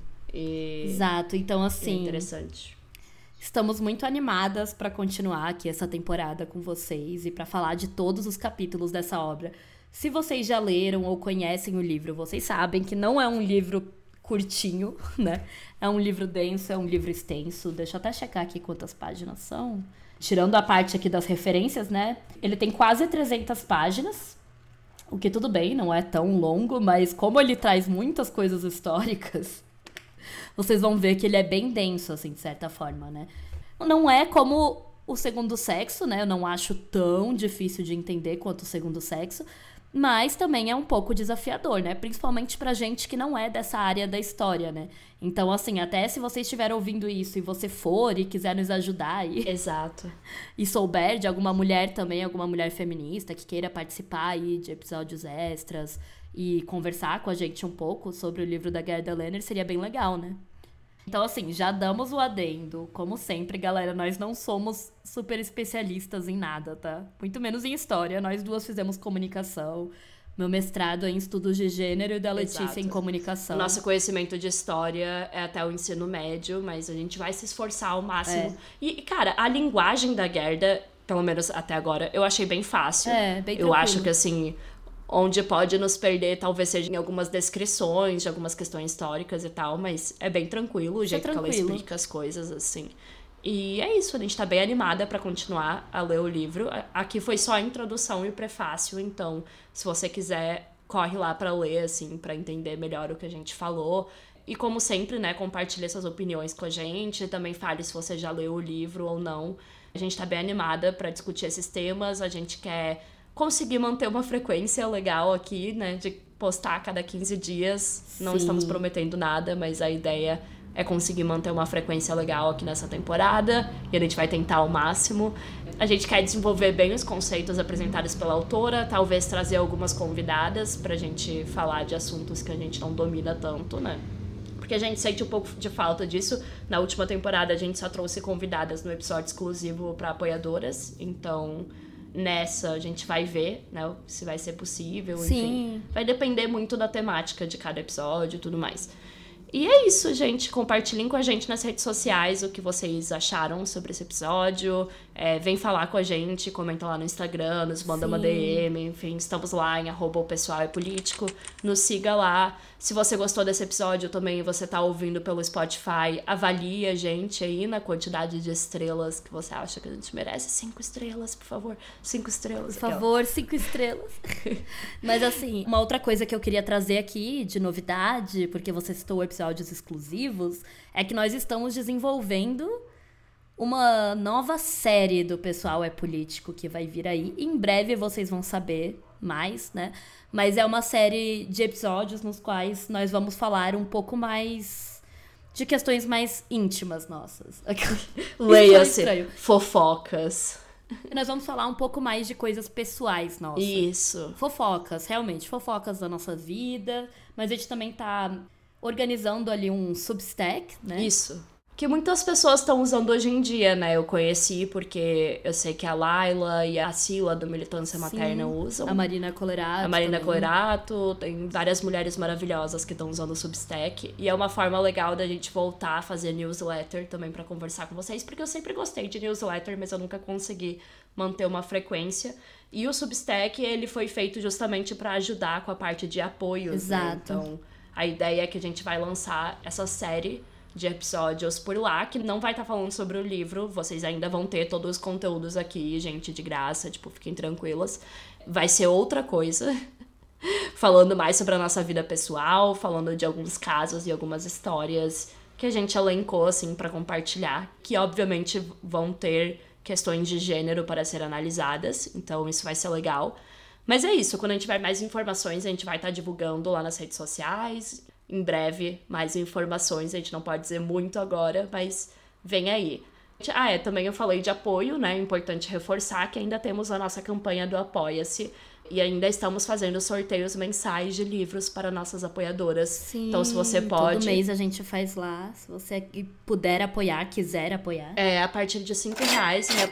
Exato, então assim... É interessante. Estamos muito animadas pra continuar aqui essa temporada com vocês e pra falar de todos os capítulos dessa obra. Se vocês já leram ou conhecem o livro, vocês sabem que não é um livro curtinho, né? É um livro denso, é um livro extenso. Deixa eu até checar aqui quantas páginas são. Tirando a parte aqui das referências, né? Ele tem quase 300 páginas. O que tudo bem, não é tão longo, mas como ele traz muitas coisas históricas, vocês vão ver que ele é bem denso, assim, de certa forma, né? Não é como o Segundo Sexo, né? Eu não acho tão difícil de entender quanto o Segundo Sexo, mas também é um pouco desafiador, né? Principalmente pra gente que não é dessa área da história, né? Então, assim, até se você estiver ouvindo isso e você for e quiser nos ajudar aí... Exato. E souber de alguma mulher também, alguma mulher feminista que queira participar aí de episódios extras e conversar com a gente um pouco sobre o livro da Gerda Lerner, seria bem legal, né? Então, assim, já damos o adendo. Como sempre, galera, nós não somos super especialistas em nada, tá? Muito menos em história. Nós duas fizemos comunicação. Meu mestrado é em estudos de gênero e da Letícia Exato. em comunicação. Nosso conhecimento de história é até o ensino médio, mas a gente vai se esforçar ao máximo. E, cara, a linguagem da Gerda, pelo menos até agora, eu achei bem fácil. Bem eu acho que, assim... Onde pode nos perder, talvez seja em algumas descrições de algumas questões históricas e tal, mas é bem tranquilo o jeito que ela explica as coisas, assim. E é isso, a gente tá bem animada pra continuar a ler o livro. Aqui foi só a introdução e o prefácio, então, se você quiser, corre lá pra ler, assim, pra entender melhor o que a gente falou. E como sempre, né, compartilhe suas opiniões com a gente, também fale se você já leu o livro ou não. A gente tá bem animada pra discutir esses temas, a gente quer... conseguir manter uma frequência legal aqui, né? De postar a cada 15 dias. Não estamos prometendo nada, mas a ideia é conseguir manter uma frequência legal aqui nessa temporada. E a gente vai tentar ao máximo. A gente quer desenvolver bem os conceitos apresentados pela autora. Talvez trazer algumas convidadas pra gente falar de assuntos que a gente não domina tanto, né? Porque a gente sente um pouco de falta disso. Na última temporada, a gente só trouxe convidadas no episódio exclusivo pra apoiadoras. Então... nessa a gente vai ver, né, se vai ser possível, enfim. Vai depender muito da temática de cada episódio e tudo mais. E é isso, gente. Compartilhem com a gente nas redes sociais o que vocês acharam sobre esse episódio. Vem falar com a gente, comenta lá no Instagram, nos manda uma DM, enfim, estamos lá em @opessoalepolítico. Nos siga lá. Se você gostou desse episódio também, você tá ouvindo pelo Spotify, avalie a gente aí na quantidade de estrelas que você acha que a gente merece. 5 estrelas, por favor. 5 estrelas. Por favor, 5 estrelas. Mas assim, uma outra coisa que eu queria trazer aqui de novidade, porque você citou episódios exclusivos, é que nós estamos desenvolvendo uma nova série do Pessoal é Político que vai vir aí. Em breve vocês vão saber mais, né? Mas é uma série de episódios nos quais nós vamos falar um pouco mais de questões mais íntimas nossas. Leia-se, fofocas. Nós vamos falar um pouco mais de coisas pessoais nossas. Isso. Fofocas, realmente, fofocas da nossa vida. Mas a gente também tá organizando ali um Substack, né? Isso. Que muitas pessoas estão usando hoje em dia, né? Eu conheci porque eu sei que a Laila e a Sila do Militância Materna usam. A Marina Colerato. A Marina também. Colerato, tem várias mulheres maravilhosas que estão usando o Substack. E é uma forma legal da gente voltar a fazer newsletter também pra conversar com vocês, porque eu sempre gostei de newsletter, mas eu nunca consegui manter uma frequência. E o Substack, ele foi feito justamente pra ajudar com a parte de apoios. Exato. Né? Então, a ideia é que a gente vai lançar essa série de episódios por lá, que não vai estar falando sobre o livro, vocês ainda vão ter todos os conteúdos aqui, gente, de graça, tipo, fiquem tranquilas. Vai ser outra coisa, falando mais sobre a nossa vida pessoal, falando de alguns casos e algumas histórias que a gente elencou, assim, pra compartilhar, que obviamente vão ter questões de gênero para ser analisadas, então isso vai ser legal. Mas é isso, quando a gente tiver mais informações, a gente vai estar divulgando lá nas redes sociais. Em breve, mais informações, a gente não pode dizer muito agora, mas vem aí. Também eu falei de apoio, né? É importante reforçar que ainda temos a nossa campanha do Apoia-se e ainda estamos fazendo sorteios mensais de livros para nossas apoiadoras. Sim, então, se você pode... todo mês a gente faz lá, se você puder apoiar, quiser apoiar. A partir de R$5 em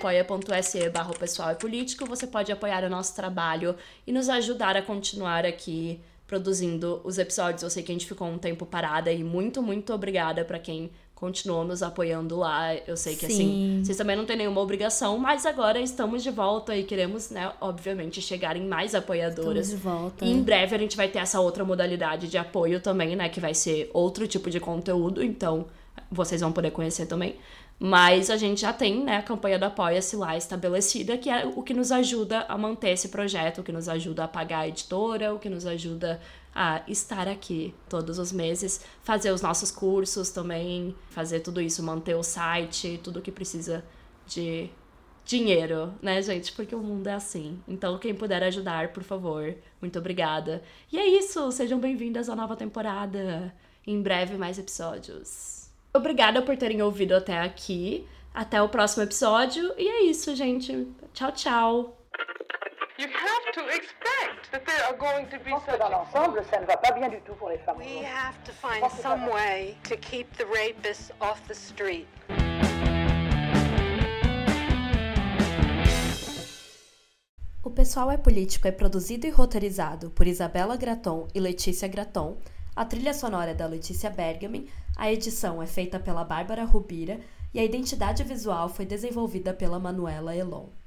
apoia.se/pessoal-e-político, você pode apoiar o nosso trabalho e nos ajudar a continuar aqui produzindo os episódios. Eu sei que a gente ficou um tempo parada e muito, muito obrigada pra quem continuou nos apoiando lá. Eu sei que, assim, vocês também não têm nenhuma obrigação, mas agora estamos de volta e queremos, né, obviamente, chegar em mais apoiadoras. Estamos de volta. E em breve a gente vai ter essa outra modalidade de apoio também, né, que vai ser outro tipo de conteúdo, então vocês vão poder conhecer também. Mas a gente já tem, né, a campanha do Apoia-se lá estabelecida, que é o que nos ajuda a manter esse projeto, o que nos ajuda a pagar a editora, o que nos ajuda a estar aqui todos os meses, fazer os nossos cursos também, fazer tudo isso, manter o site, tudo que precisa de dinheiro, né, gente? Porque o mundo é assim. Então, quem puder ajudar, por favor, muito obrigada. E é isso, sejam bem-vindas à nova temporada. Em breve, mais episódios. Obrigada por terem ouvido até aqui. Até o próximo episódio. E é isso, gente. Tchau, tchau. You have to expect that there are going to be Je pense que such dans l'ensemble, ça ne va pas bien du tout pour les femmes. We have to find some way to keep the rapists off the street. O Pessoal é Político é produzido e roteirizado por Isabela Graton e Letícia Graton. A trilha sonora é da Letícia Bergamin, a edição é feita pela Bárbara Rubira e a identidade visual foi desenvolvida pela Manuela Elon.